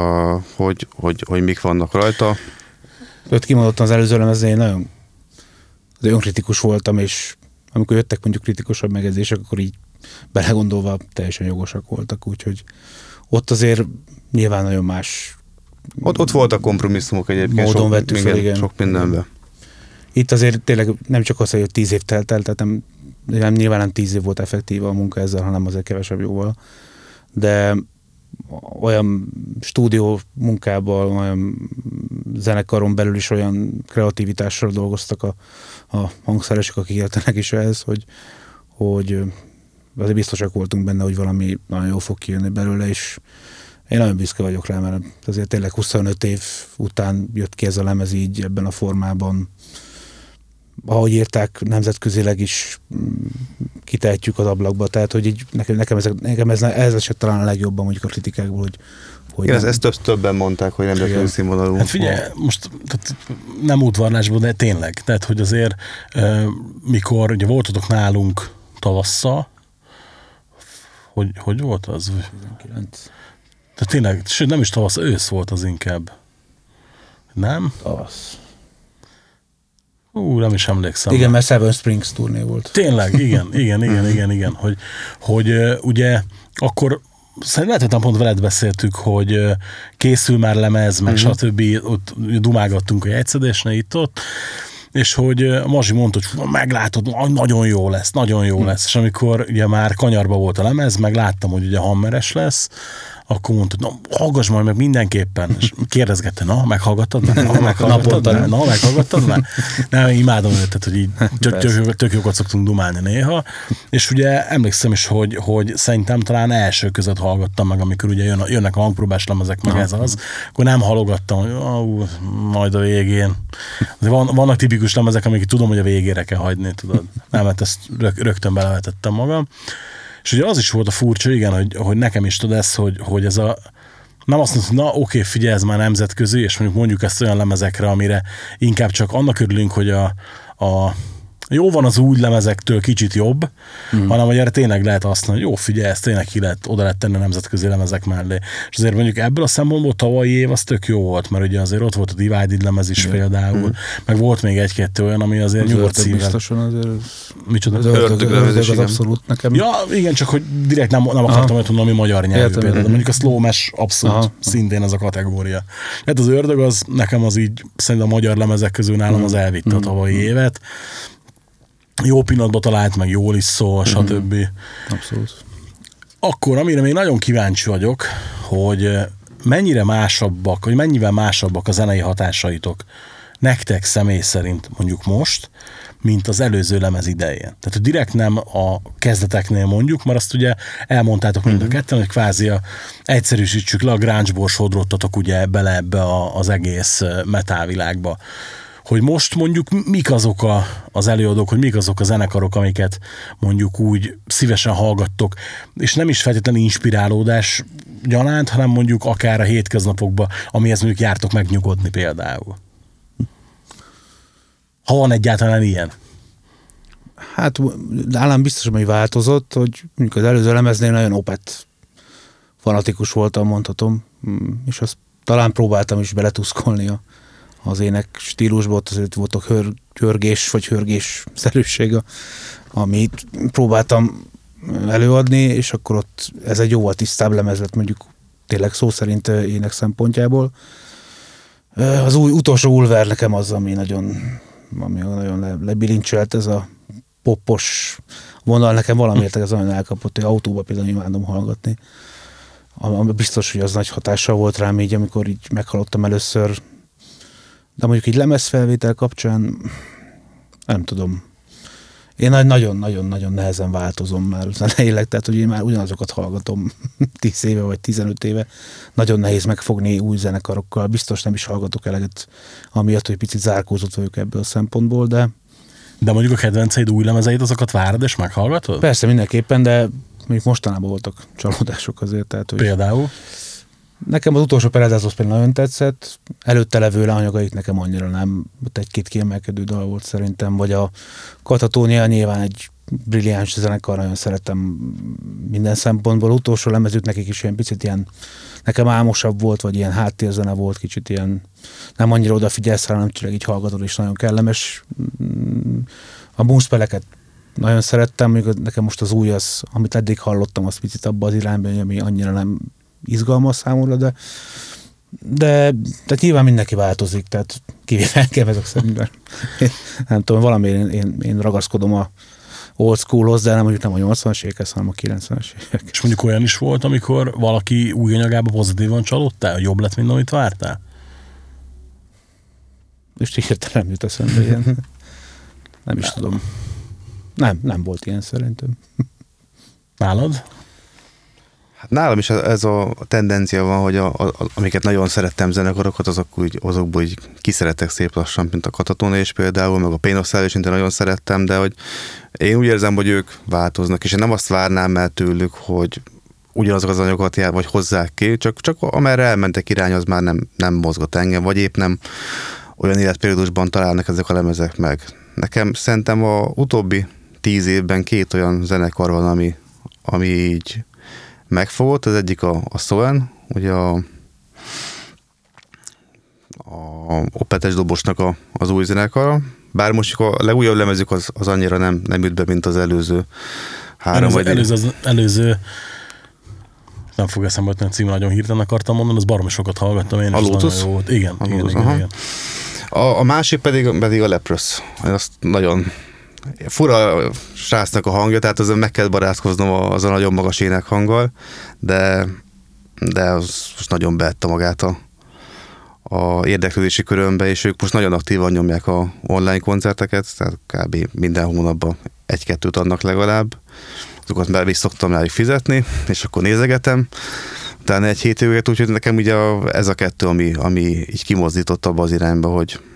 hogy mik vannak rajta. Öt kimondottan az előző lemeznél én nagyon önkritikus voltam, és amikor jöttek mondjuk kritikusabb megjegyzések, akkor így belegondolva teljesen jogosak voltak, úgyhogy ott azért nyilván nagyon más ott voltak kompromisszumok egyébként módon vettük fel, igen. Sok mindenben. Itt azért tényleg nem csak az, hogy 10 év telt el, tehát nyilván nem 10 év volt effektíve a munka ezzel, hanem azért kevesebb jóval. De olyan stúdió munkával, olyan zenekaron belül is olyan kreativitással dolgoztak a hangszeresek, akik értenek is ehhez, hogy azért biztosak voltunk benne, hogy valami nagyon jól fog kijönni belőle, és én nagyon büszke vagyok rá, mert azért tényleg 25 év után jött ki ez a lemez így ebben a formában. Ahogy írták, nemzetközileg is kitehetjük az ablakba, tehát hogy így nekem ez esett talán a legjobban mondjuk a kritikákból, hogy igen, ezt többen mondták, hogy nemzetközi színvonalú. Hát figyelj, most nem udvarlásból, de tényleg, tehát hogy azért mikor ugye voltatok nálunk tavasszal, hogy volt az? 19. Tehát tényleg, sőt nem is tavasz, ősz volt az inkább. Nem? Tavasz. Nem is emlékszem. Igen, mert Seven Springs turné volt. Tényleg, igen. Hogy ugye akkor szerintem lehet, hogy pont veled beszéltük, hogy készül már lemez, meg stb. Ott dumálgattunk a jegyszedésnél itt-ott, és hogy Mazsi mondta, hogy meglátod, nagyon jó lesz. És amikor ugye már kanyarba volt a lemez, meg láttam, hogy ugye hammeres lesz, akkor mondta, na, hallgass majd meg mindenképpen. És kérdezgette, meghallgattad már? Nem, imádom őt, hogy így tök jókat szoktunk dumálni néha. És ugye emlékszem is, hogy szerintem talán első között hallgattam meg, amikor ugye jönnek a hangpróbás lemezek, meg ez az, akkor nem halogattam, hogy majd a végén. Vannak tipikus lemezek, amik tudom, hogy a végére kell hagyni, tudod. Nem, mert ezt rögtön belevetettem magam. És ugye az is volt a furcsa, igen, hogy nekem is tudod ez, hogy ez a... Nem azt mondod, hogy na oké, figyelj, ez már nemzetközi, és mondjuk ezt olyan lemezekre, amire inkább csak annak örülünk, hogy a jó van az új lemezektől kicsit jobb, hanem hogy erre tényleg lehet azt mondani, hogy jó, figyelj, ezt tényleg oda lehet tenni a nemzetközi lemezek mellé. És azért mondjuk ebből a szempontból tavalyi év az tök jó volt, mert ugye azért ott volt a Divided lemez is például, meg volt még egy-kettő olyan, ami azért nyugodt szívvel. Biztosan azért... Micsoda? Az ördög az abszolút nekem. Ja, igen, csak hogy direkt nem akartam mondani, ami magyar nyelvű például, de mondjuk a slow mesh abszolút szintén ez a kategória. Hát az ördög az nekem az így szerintem a magyar lemezek közül nálam az elvitte a tavalyi évet. Jó pillanatban talált, meg jól is szól, stb. Abszolút. Akkor, amire még nagyon kíváncsi vagyok, hogy mennyivel másabbak a zenei hatásaitok nektek személy szerint mondjuk most, mint az előző lemez idején. Tehát, hogy direkt nem a kezdeteknél mondjuk, mert azt ugye elmondtátok mind a ketten, hogy kvázi egyszerűsítsük le, a grunge-ból sodrottatok ugye bele ebbe az egész metálvilágba. Hogy most mondjuk mik azok az előadók, hogy mik azok a zenekarok, amiket mondjuk úgy szívesen hallgattok, és nem is feltétlenül inspirálódás gyanánt, hanem mondjuk akár a hétköznapokban, amihez mondjuk jártok megnyugodni például. Ha van egyáltalán ilyen. Hát nálam biztos, hogy változott, hogy mondjuk az előző lemeznél nagyon Opeth fanatikus voltam, mondhatom, és azt talán próbáltam is beletuszkolni az ének stílusba, ott azért voltak hörgés vagy hörgés-szerűség, amit próbáltam előadni, és akkor ott ez egy jóval tisztább lemez lett, mondjuk tényleg szó szerint ének szempontjából. Az utolsó Ulver nekem az, ami nagyon lebilincselt, ez a popos vonal, nekem valamiért ez nagyon elkapott, hogy autóba például imádom hallgatni. Biztos, hogy az nagy hatással volt rám így, amikor így meghallottam először. De mondjuk így lemezfelvétel kapcsán nem tudom. Én nagyon-nagyon nehezen változom már zeneileg, tehát hogy én már ugyanazokat hallgatom 10 éve vagy 15 éve. Nagyon nehéz megfogni új zenekarokkal. Biztos nem is hallgatok eleget, amiatt, hogy picit zárkózott vagyok ebből a szempontból, de mondjuk a kedvenceid új lemezeit, azokat várod és meghallgatod? Persze, mindenképpen, de mondjuk mostanában voltak csalódások azért. Tehát, hogy Például? Nekem az utolsó Paradise például nagyon tetszett, előtte levő leanyagaik nekem annyira nem, ott egy-két kiemelkedő dal volt szerintem, vagy a Katatonia nyilván egy brilliáns zenekar, nagyon szeretem minden szempontból. Utolsó lemezük nekik is ilyen picit ilyen, nekem álmosabb volt, vagy ilyen háttérzene volt, kicsit ilyen, nem annyira odafigyelsz rá, hanem csak így hallgatod, és nagyon kellemes. A Moonspelleket nagyon szerettem, mondjuk nekem most az új az, amit eddig hallottam, az picit abba az irányban, ami annyira nem izgalmas számomra, de tehát nyilván mindenki változik, tehát kivéve engem ezek szerint. Nem tudom, valamiért én ragaszkodom a old schoolhoz, de nem mondjuk nem a 80-as évekhez, hanem a 90-es évek. És mondjuk olyan is volt, amikor valaki új anyagába pozitívan csalódtál? Jobb lett, mint amit vártál? És hirtelen jut eszembe ilyen. Nem is tudom. Nem volt ilyen szerintem. Nálad? Hát nálam is ez a tendencia van, hogy amiket nagyon szerettem zenekarokat, azokból így kiszeretek szép lassan, mint a Katatonia is például, meg a Pain of Salvation nagyon szerettem, de hogy én úgy érzem, hogy ők változnak, és én nem azt várnám el tőlük, hogy ugyanazok az anyagokat vagy hozzák ki, csak amerre elmentek irány, az már nem mozgat engem, vagy épp nem olyan életperiódusban találnak ezek a lemezek meg. Nekem szerintem a utóbbi 10 évben 2 olyan zenekar van, ami így megfogott. Az egyik a Soen, ugye a Opeth-es dobosnak az új zenekara. Bár most a legújabb lemezük az annyira nem üt be, mint az előző 3 vagy előző nem fog eszembe jutni, a cím nagyon hirtelen akartam mondani, az baromi sokat hallgattam én. A Lotus? Igen. A másik pedig a Leprous. Azt nagyon fura srácnak a hangja, tehát azon meg kell barátkoznom az a nagyon magas énekhanggal, de az most nagyon beadta magát a érdeklődési körömbe, és ők most nagyon aktívan nyomják a online koncerteket, tehát kb. Minden hónapban 1-2 adnak legalább. Azokat már is szoktam rájuk fizetni, és akkor nézegetem. Utána 1 éveket, úgyhogy nekem ugye ez a 2, ami így kimozdított abba az irányba,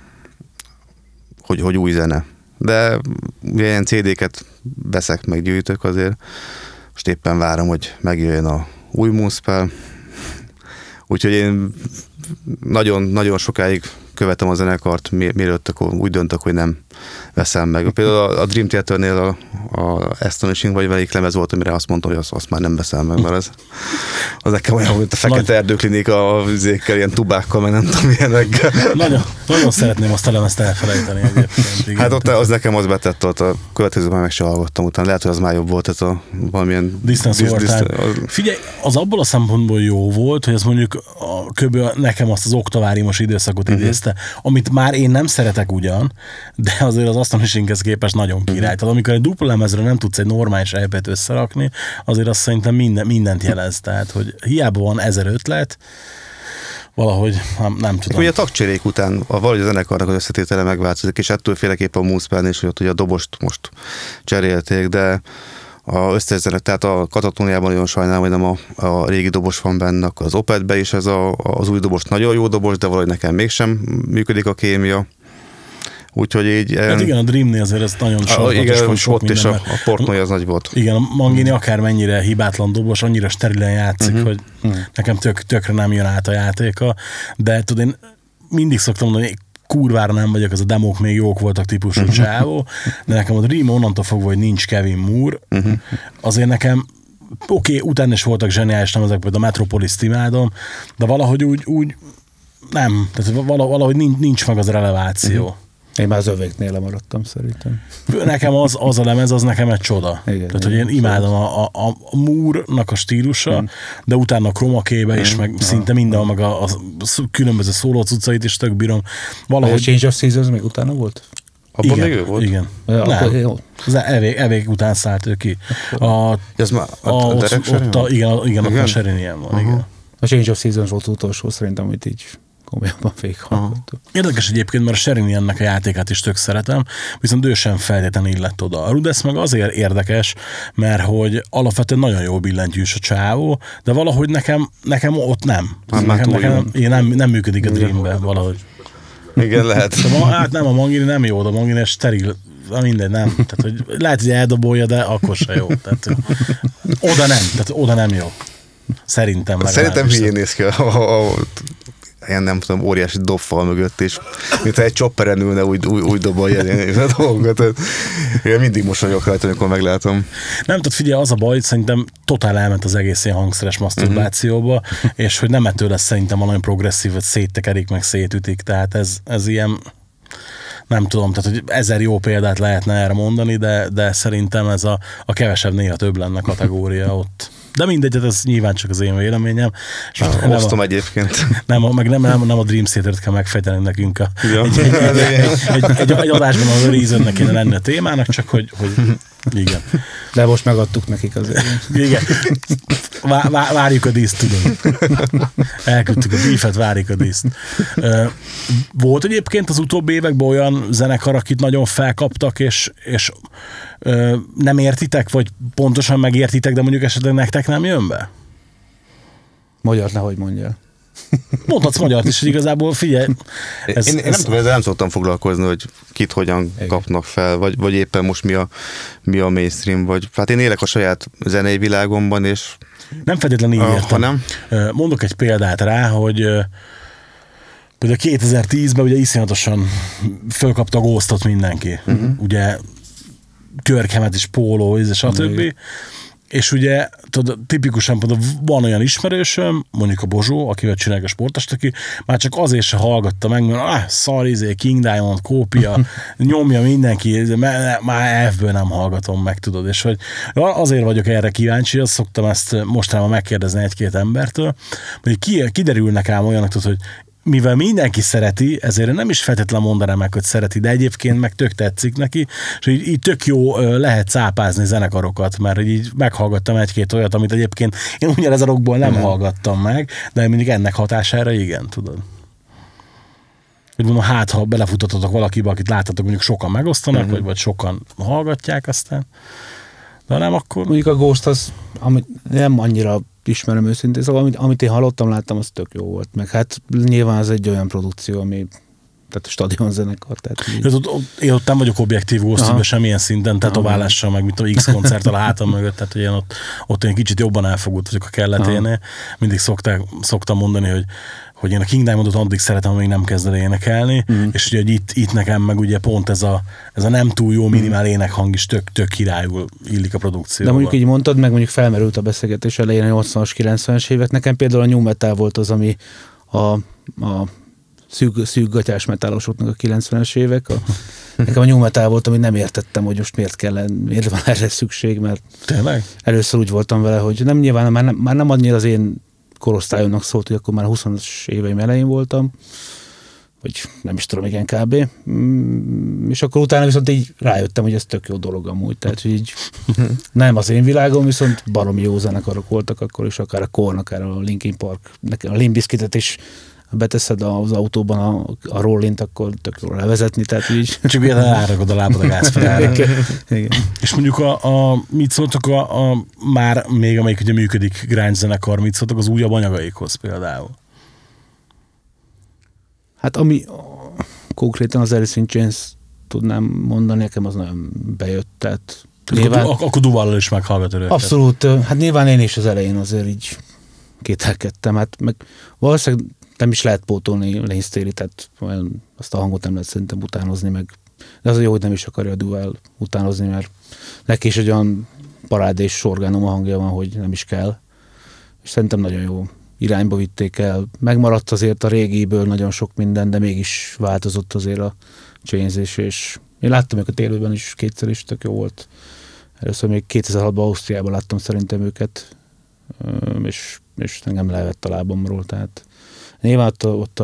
hogy új zene. De ilyen CD-ket veszek, meg gyűjtök azért. Most éppen várom, hogy megjöjjön a új Moonspell. Úgyhogy én nagyon sokáig követem a zenekart, mielőtt akkor úgy döntök, hogy nem veszem meg. Például a Dream Theaternél a Astonishing vagy valamelyik lemez volt, amire azt mondtam, hogy azt már nem veszem meg, mert az nekem olyan, mint a Fekete Erdőklinika a zékkel, ilyen tubákkal, meg nem tudom, ilyenekkel. Nagyon szeretném azt a lemezt elfelejteni egyébként. Hát ott az nekem az betett, ott a következőben meg se hallgattam utána. Lehet, hogy az már jobb volt, ez a valamilyen... Distance. Figyelj, az abból a szempontból jó volt, hogy ez mondjuk nekem azt az oktaváriumos időszakot idézte, amit már én nem szeretek ugyan, de azért az Astonishinghez képest nagyon király. Tehát amikor egy dupla lemezről nem tudsz egy normális EP-t összerakni, azért azt szerintem mindent jelez. Tehát, hogy hiába van 1000 ötlet, valahogy nem tudom. Ugye a tagcserék után valahogy a zenekarnak az összetétele megváltozik, és ettől féleképpen a Moonspell is, hogy ott ugye a dobost most cserélték, de a összezenek, tehát a Katatoniában nagyon sajnálom, hogy nem a régi dobos van benne, akkor az Opeth-ben is az új dobos nagyon jó dobos, de valahogy nekem mégsem működik a kémia. Úgyhogy így... Hát igen, a Dreamnél azért ez nagyon sarkatos volt sok ott minden. És a Portnoy az nagy volt. Igen, a Mangini akármennyire hibátlan dobos, annyira sterilen játszik, hogy nekem tökre nem jön át a játéka, de tudod, én mindig szoktam mondani, hogy kurvára nem vagyok, az a demók még jók voltak típusú csávó, de nekem a Dream onnantól fogva, hogy nincs Kevin Moore, azért nekem oké, utána is voltak zseniális lemezek, például a Metropolis-t imádom, de valahogy úgy nem, tehát valahogy nincs meg az a releváció. Én már az övéknél lemaradtam szerintem. Nekem az a lemez, az nekem egy csoda. Igen, tehát, hogy én imádom a Moore-nak a stílusa, de utána a Chromakébe is, meg szinte minden, meg a különböző szóló cuccait is tök bírom. Valahogy... A Change of Seasons még utána volt? Abban még ő volt? Igen. Akkor jó. Az evék után szállt ő ki. Ez már igen, ott a Sherinian van, igen. A Change of Seasons volt utolsó szerintem, amit így komolyabban végighallgattuk. Érdekes egyébként, mert a Sheriniannek a játékát is tök szeretem, viszont ő sem feltétlenül illett oda. A Rudess meg azért érdekes, mert hogy alapvetően nagyon jó billentyűs a csávó, de valahogy nekem ott nem. Nem működik a Dreamben valahogy. Igen, lehet. Hát nem, a Mangini nem jó, de a Mangini steril, mindegy, nem. Tehát, hogy lehet, hogy eldobolja, de akkor se jó. Tehát, oda nem jó. Szerintem hülyén néz ki ilyen nem tudom, óriási dobfal mögött, és mintha egy chopperen ülne, úgy dobolja a dolgokat. Én mindig mosolyog rajta, amikor meglátom. Nem, tehát figyelj, az a baj, szerintem totál elment az egész ilyen hangszeres maszturbációba, és hogy nem ettől lesz szerintem valami progresszív, hogy széttekerik, meg szétütik, tehát ez ilyen, nem tudom, tehát hogy 1000 jó példát lehetne erre mondani, de szerintem ez a kevesebb néha több lenne kategória ott. De mindegy, ez nyilván csak az én véleményem. Osztom egyébként. Nem a Dream Theater-t kell megfejteni nekünk. Egy adásban a Reasonnek kéne lenni a témának, csak hogy igen. De most megadtuk nekik azért. Igen. Várjuk a díszt, tudom. Elküldtük a beefet, várjuk a díszt. Volt egyébként az utóbbi években olyan zenekar, akit nagyon felkaptak, és nem értitek, vagy pontosan megértitek, de mondjuk esetleg nektek nem jön be? Magyart nehogy mondjál. Mondhatsz magyart is, hogy igazából figyelj. Én nem tudom, ezzel nem szoktam foglalkozni, hogy kit hogyan kapnak fel, vagy éppen most mi a mainstream, vagy hát én élek a saját zenei világomban, és nem feltétlenül így értem. Nem? Mondok egy példát rá, hogy például 2010-ben ugye iszonyatosan fölkapta a Ghostot mindenki. Ugye Körkemet is, Póló, és stb. És ugye tipikusan van olyan ismerősöm, mondjuk a Bozsó, akivel csinálják a Sportest, aki már csak azért se hallgatta meg, mert szar, King Diamond, kópia, nyomja mindenki, már F-ből nem hallgatom meg, tudod, és hogy azért vagyok erre kíváncsi, azt szoktam ezt mostanában megkérdezni egy-két embertől, hogy kiderülnek ám olyanok, hogy mivel mindenki szereti, ezért nem is feltétlenül mondanám meg, hogy szereti, de egyébként meg tök tetszik neki, és így tök jó lehet cápázni zenekarokat, mert így meghallgattam egy-két olyat, amit egyébként én ugyanez a rockból nem hallgattam meg, de mindig ennek hatására igen, tudod. Úgy mondom, hát ha belefutatotok valakibe, akit láttatok, mondjuk sokan megosztanak, vagy sokan hallgatják aztán, de nem akkor... Mondjuk a Ghost az, amit nem annyira ismerem őszintén, szóval amit én hallottam, láttam, az tök jó volt. Meg hát nyilván az egy olyan produkció, ami tehát a stadionzenekar. Én ott nem vagyok objektív Ghostban semmilyen szinten, tetoválással, meg mint a X koncerttel a hátam mögött, tehát hogy én ott én kicsit jobban elfogult vagyok a kelleténél. Mindig szoktam mondani, hogy én a King Diamondot addig szeretem, amíg nem kezd el énekelni, és ugye itt nekem meg ugye pont ez a nem túl jó minimál énekhang is tök királyul illik a produkcióba. De mondjuk így mondtad, meg mondjuk felmerült a beszélgetés elején a 80-as, 90-es évek. Nekem például a new metal volt az, ami a szűk gatyás metálosoknak a 90-es évek. Nekem a new metal volt, amit nem értettem, hogy most miért van erre szükség, mert tényleg? Először úgy voltam vele, hogy nem nyilván már nem annyira az én korosztályomnak szólt, hogy akkor már 20-as éveim elején voltam, vagy nem is tudom, igen, kb. És akkor utána viszont így rájöttem, hogy ez tök jó dolog amúgy. Tehát, hogy így nem az én világom, viszont baromi jó zenekarok voltak akkor is, akár a Korn, akár a Linkin Park, a Limp Bizkitet is beteszed az autóban a Rollint, akkor tök jól levezetni, tehát így. Csak ilyen elragod a lábad a gázpedára. Igen. És mondjuk mit szóltok már még amelyik ugye működik grunge zenekar, mit szóltok az újabb anyagaikhoz például? Hát ami konkrétan az Alice in Chains tudnám mondani, nekem az nagyon bejött, tehát nyilván, Akkor Duvallal is meghallgatod őket. abszolút, hát nyilván én is az elején azért így kételkedtem, hát meg valószínűleg nem is lehet pótolni Lane Staley, tehát olyan, azt a hangot nem lehet szerintem utánozni, meg de az a jó, hogy nem is akarja a Duval utánozni, mert neki is egy olyan parádés sorgánom a hangja van, hogy nem is kell. És szerintem nagyon jó irányba vitték el. Megmaradt azért a régiből nagyon sok minden, de mégis változott azért a Chains, és én láttam őket élőben is kétszer is, tök jó volt. Először még 2006-ban Ausztriában láttam szerintem őket, és engem levett a lábamról, tehát nyilván ott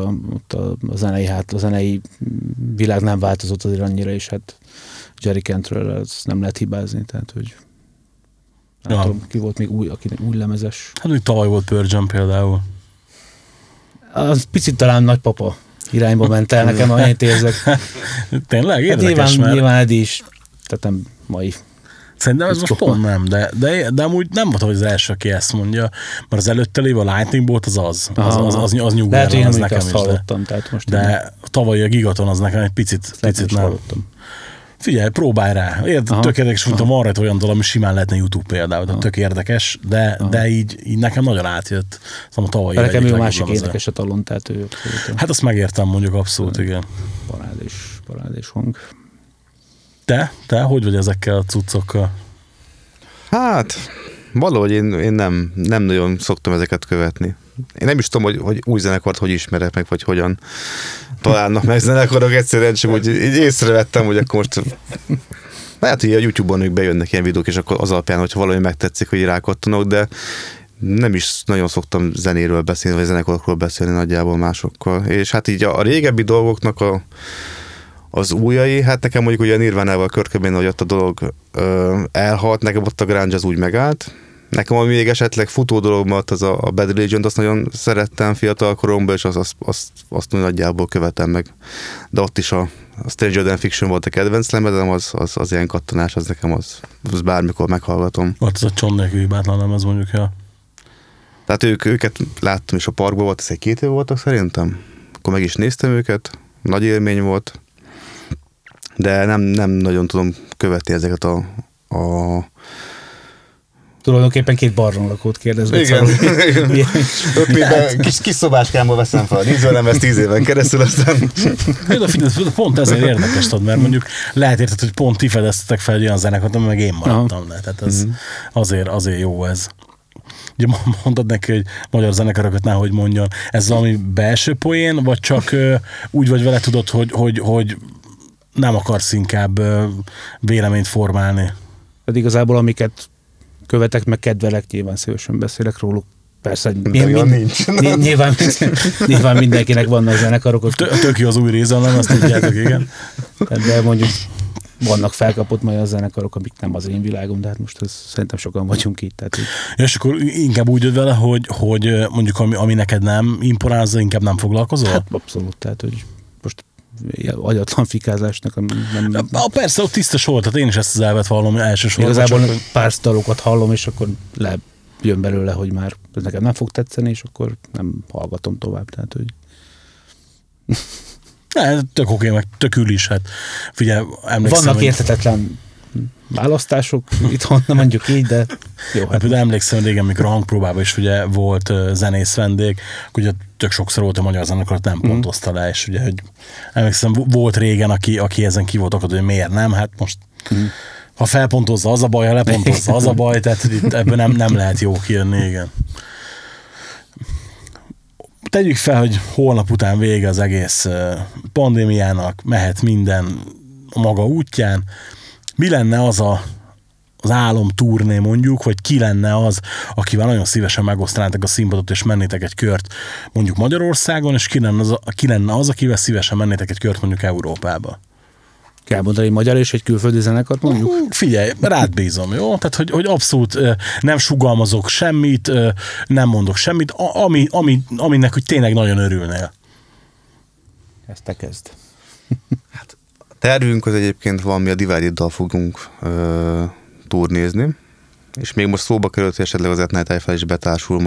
a zenei világ nem változott azért annyira, és hát Jerry Cantrell, ezt nem lehet hibázni, tehát hogy nem tudom, ki volt még aki új lemezes. Hát úgy tavaly volt Pearl Jam például. Az picit talán nagypapa irányba ment el, nekem annyit érzek. Tényleg érdekes, hát nyilván Eddie is, tehát nem mai. Szerintem ez most pont nem, de amúgy nem volt, hogy az első, aki ezt mondja, mert az előtte lévő a Lightning Bolt az nyugvóan, lehet, hogy az én nekem azt is. hallottam, tehát most De tavaly a Gigaton az nekem egy picit nem. hallottam. Figyelj, próbálj rá. Tök érdekes, mint van rajta olyan dolog, ami simán lehetne YouTube például, tök érdekes, de így nekem nagyon átjött. Szóval a tavalyi Nekem ő a másik énekes a talon, tehát ő hát azt megértem mondjuk abszolút, igen. Parádés hang. Te hogy vagy ezekkel a cuccokkal? Hát, valahogy én nem nagyon szoktam ezeket követni. Én nem is tudom, hogy új zenekart hogy ismerek meg, vagy hogyan találnak meg zenekarok, egyszerűen csak úgy így észrevettem, hogy akkor most lehet, hogy a YouTube-on még bejönnek ilyen videók, és akkor az alapján, hogyha valami megtetszik, hogy rákattanok, de nem is nagyon szoktam zenéről beszélni, vagy zenekarokról beszélni nagyjából másokkal. És hát így a régebbi dolgoknak az újai, hát nekem mondjuk ugye a Nirvánával, Kurt Cobain, hogy ott a dolog elhalt, nekem ott a grunge az úgy megállt. Nekem ami még esetleg futó dolog maradt, az a Bad Religion, azt nagyon szerettem fiatal koromban, és azt nagyjából követem meg. De ott is a Stranger Than Fiction volt a kedvenc lemezem, az ilyen kattanás, az nekem az bármikor meghallgatom. Ott az a John nélkül hibátlan lemez mondjuk, ja. Tehát őket láttam is a parkban, volt, ez 2 év voltak szerintem. Akkor meg is néztem őket, nagy élmény volt. De nem nagyon tudom követni ezeket a Tulajdonképpen 2 barlanglakót kérdezve. Igen. Kis szobáskámból veszem fel a nézőlemezt 10 éven keresztül, aztán... Pont ezért érdekes, mert mondjuk lehet érted, hogy pont ti fedeztetek fel egy olyan zenekart, ami meg én maradtam le. Tehát ez azért jó ez. Ugye mondtad neki, hogy magyar zenekarokat nehogy mondjon. Ez valami belső poén, vagy csak úgy vagy vele tudod, hogy nem akarsz inkább véleményt formálni? Tehát igazából amiket követek, meg kedvelek, nyilván szívesen beszélek róluk. Persze, nyilván mindenkinek vannak zenekarok. Tök jó az új részem, azt tudjátok, igen. De mondjuk vannak felkapott magyar zenekarok, amik nem az én világom, de hát most szerintem sokan vagyunk így. Tehát így. Ja, és akkor inkább úgy jött vele, hogy mondjuk ami neked nem imponál, az inkább nem foglalkozol? Hát abszolút, tehát hogy most agyatlan fikázásnak nem. Persze, ott tiszta sor, tehát én is ezt az elvet vallom elsősorban. Igazából pár dalokat hallom, és akkor jön belőle, hogy már ez nekem nem fog tetszeni, és akkor nem hallgatom tovább. Tehát, hogy... Tök oké, meg tök ül is, hát figyelj, emlékszem, vannak érthetetlen választások, itthon nem mondjuk így, de jó. Hát emlékszem, régen, amikor a hangpróbában is ugye volt zenész vendég, akkor ugye tök sokszor volt a magyar zenekart, nem pontozta le, és ugye, hogy emlékszem, volt régen, aki ezen ki volt akad, hogy miért nem, hát most ha felpontozza, az a baj, ha lepontozza, az a baj, tehát itt ebből nem lehet jó kijönni, igen. Tegyük fel, hogy holnap után vége az egész pandémiának, mehet minden a maga útján. Mi lenne az az álomturné mondjuk, vagy ki lenne az, akivel nagyon szívesen megosztanátok a színpadot, és mennétek egy kört mondjuk Magyarországon, és ki lenne az, akivel szívesen mennétek egy kört mondjuk Európába? Kell mondani, egy magyar és egy külföldi zenekart mondjuk? Figyelj, rád bízom, jó? Tehát, hogy abszolút nem sugalmazok semmit, nem mondok semmit, aminek hogy tényleg nagyon örülnél. Ezt te kezd. Hát, a tervünk az egyébként valami a Divided-dal fogunk turnézni, és még most szóba került, hogy esetleg az Etnight Eiffel is betársul majd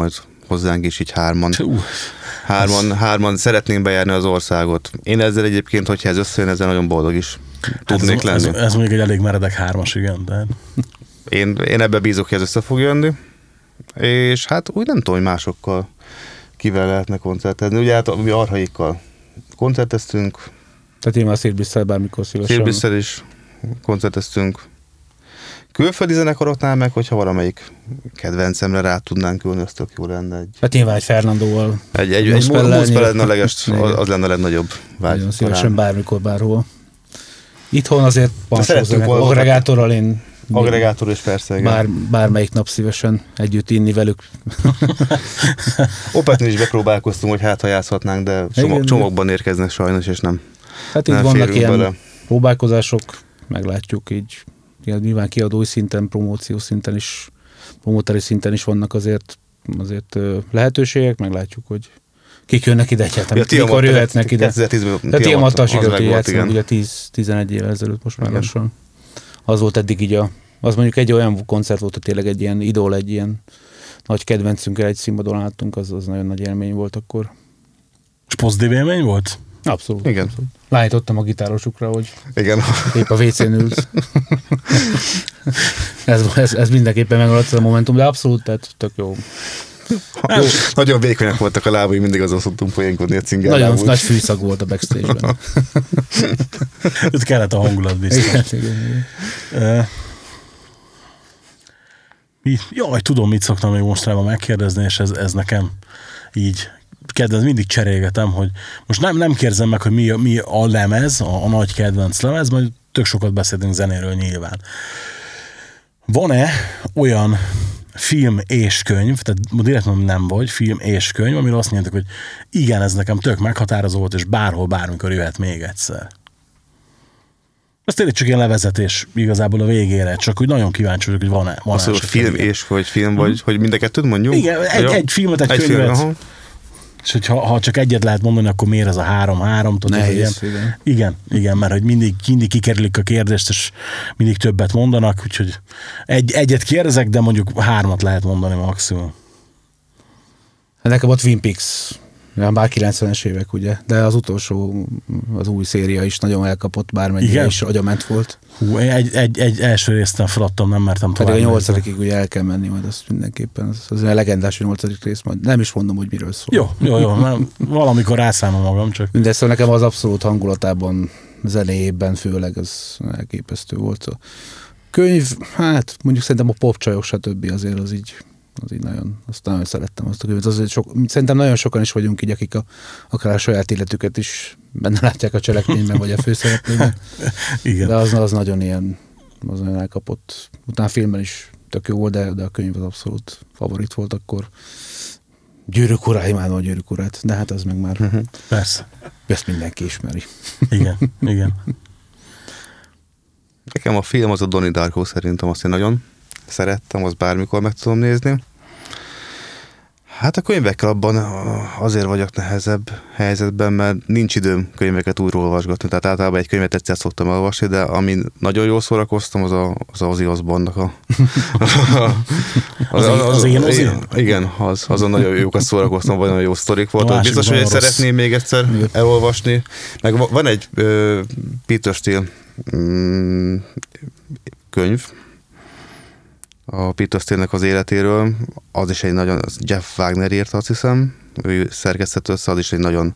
hozzánk is így hárman szeretnénk bejárni az országot. Én ezzel egyébként, hogyha ez összejön, ezzel nagyon boldog is tudnék lenni. Ez mondjuk egy elég meredek 3-as, igen. De... Én ebbe bízok, hogy ez össze fog jönni, és hát úgy nem tudom, hogy másokkal kivel lehetne koncertezni. Ugye hát mi Arhaikkal koncerteztünk. Tehát én már Szilvisszel bármikor szívesen. Szilvisszel is koncerteztünk. Külföldi zenekaroknál meg, hogyha valamelyik kedvencemre rá tudnánk ülni, az tök jó lenne. Hát én Vágy Fernandóval. Egy Muszpel lenne az lenne a legnagyobb vágy. Nagyon szívesen bármikor, bárhol. Itthon azért agregátorral én... Agregátor is persze, igen. Bármelyik nap szívesen együtt inni velük. Opetnél is bepróbálkoztunk, hogy hát ha játszhatnánk, de csomagban érkeznek sajnos, és nem. Hát így vannak ilyen próbálkozások, meglátjuk így. Nyilván kiadói szinten, promóciós szinten is, promóteri szinten is vannak azért lehetőségek, meglátjuk, hogy kik jönnek ide egyáltalán. Mikor jöhetnek ide. Tehát Tiamattal sikerült játszani, ugye 10-11 évvel ezelőtt most már lassan. Az volt eddig így az mondjuk egy olyan koncert volt, hogy tényleg egy ilyen idól, egy ilyen nagy kedvencünkkel egy színpadon álltunk, az nagyon nagy élmény volt akkor. És pozitív élmény volt? Abszolút. Igen. Abszolút. Lájtottam a gitárosukra, hogy igen. Épp a WC-n ült. ez mindenképpen megmaradt a momentum, de abszolút, tehát tök jó. Jó. Nagyon vékonyak voltak a lábai, mindig azon szoktunk poénkodni a cinger nagyon lábús. nagy fűszag volt a backstage-ben. Itt kellett a hangulat biztos. Igen. Jaj, tudom, mit szoktam még mostanában megkérdezni, és ez nekem így kedvenc, mindig cserélgetem, hogy most nem kérdezem meg, hogy mi a lemez, a nagy kedvenc lemez, majd tök sokat beszélünk zenéről nyilván. Van-e olyan film és könyv, tehát direkt mondom nem vagy, film és könyv, amire azt mondjátok, hogy igen, ez nekem tök meghatározó volt, és bárhol, bármikor jöhet még egyszer. Ez tényleg csak ilyen levezetés igazából a végére, csak úgy nagyon kíváncsi vagyok, hogy van-e. Azt mondod, film és vagy film, vagy hogy mind a kettőt mondjuk? Igen, egy filmet, egy könyvet. Film, és hogyha csak egyet lehet mondani, akkor miért ez a 3-3? Nehéz, igen, mert hogy mindig kikerülik a kérdést, és mindig többet mondanak, úgyhogy egyet kérdezek, de mondjuk 3 lehet mondani maximum. Nekem a Twin Peaks, bár 90-es évek, ugye, de az utolsó, az új széria is nagyon elkapott, bármennyire is agyament volt. Hú, egy első részt feladtam, nem mertem tovább. Pedig a 8-ig ugye el kell menni, majd azt mindenképpen, az a legendás 8. rész, majd nem is mondom, hogy miről szól. Jó, valamikor rászámom magam csak. Mindezt nekem az abszolút hangulatában, zenéjében főleg az elképesztő volt. A könyv, hát mondjuk szerintem a popcsajok, stb. Azért az így nagyon, azt nagyon szerettem azt a könyvet. Szerintem nagyon sokan is vagyunk így, akik akár a saját életüket is benne látják a cselekményben, vagy a főszereplőben. Igen. De az nagyon ilyen, az nagyon elkapott. Utána filmben is tök jó volt, de a könyv az abszolút favorit volt akkor. Gyűrűk urá, imádom a Gyűrűk urát, de hát az meg már... Persze. Ezt mindenki ismeri. Igen. Nekem a film az a Donnie Darko, szerintem azt én nagyon szerettem, azt bármikor meg tudom nézni. Hát a könyvekkel abban azért vagyok nehezebb helyzetben, mert nincs időm könyveket újra olvasgatni. Tehát általában egy könyvet egyszer szoktam olvasni, de amin nagyon jól szórakoztam, az Ozzy Osbourne-nak az én Ozzy? Igen, azon nagyon jókat szórakoztam, vagy nagyon jó sztorik volt. Biztos, hogy szeretném még egyszer elolvasni. Meg van egy Peter Steele könyv, a Peter Steele-nek az életéről, az is egy nagyon, Jeff Wagner írta, azt hiszem, ő szerkesztett össze, az is egy nagyon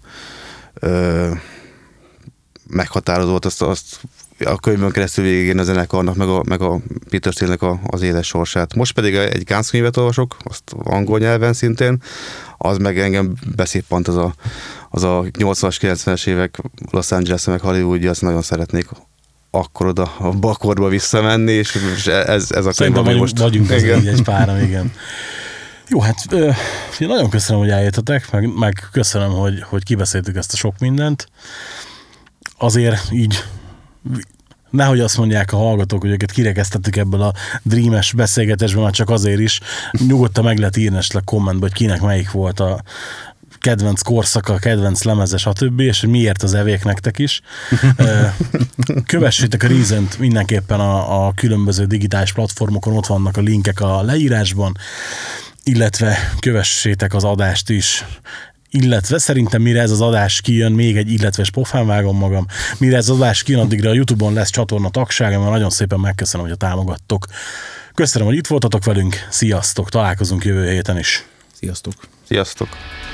meghatározó volt, azt a könyvön keresztül végigén a zenekarnak, meg a Peter Steele-nek az éles sorsát. Most pedig egy Guns könyvet olvasok, azt angol nyelven szintén, az meg engem beszippant az a 80-as, 90-es évek Los Angeles, meg Hollywoodja, azt nagyon szeretnék akkor oda a bakorba visszamenni, és ez a könyv, ami most... Vagyunk így egy páran, igen. Jó, hát én nagyon köszönöm, hogy eljöttetek, meg köszönöm, hogy kibeszéltük ezt a sok mindent. Azért így, nehogy azt mondják a hallgatók, hogy őket kirekesztettük ebből a dreames beszélgetésből, már csak azért is. Nyugodtan meg lehet írni esetleg kommentbe, hogy kinek melyik volt a kedvenc korszaka, kedvenc lemeze, stb. És hogy miért az evék nektek is. Kövessétek a Reason-t mindenképpen a különböző digitális platformokon, ott vannak a linkek a leírásban, illetve kövessétek az adást is, illetve szerintem mire ez az adás kijön, még egy illetves pofán vágom magam, mire ez az adás kijön, addigra a YouTube-on lesz csatorna tagsága, mert nagyon szépen megköszönöm, hogy a támogattok. Köszönöm, hogy itt voltatok velünk, sziasztok, találkozunk jövő héten is. Sziasztok! Sziasztok!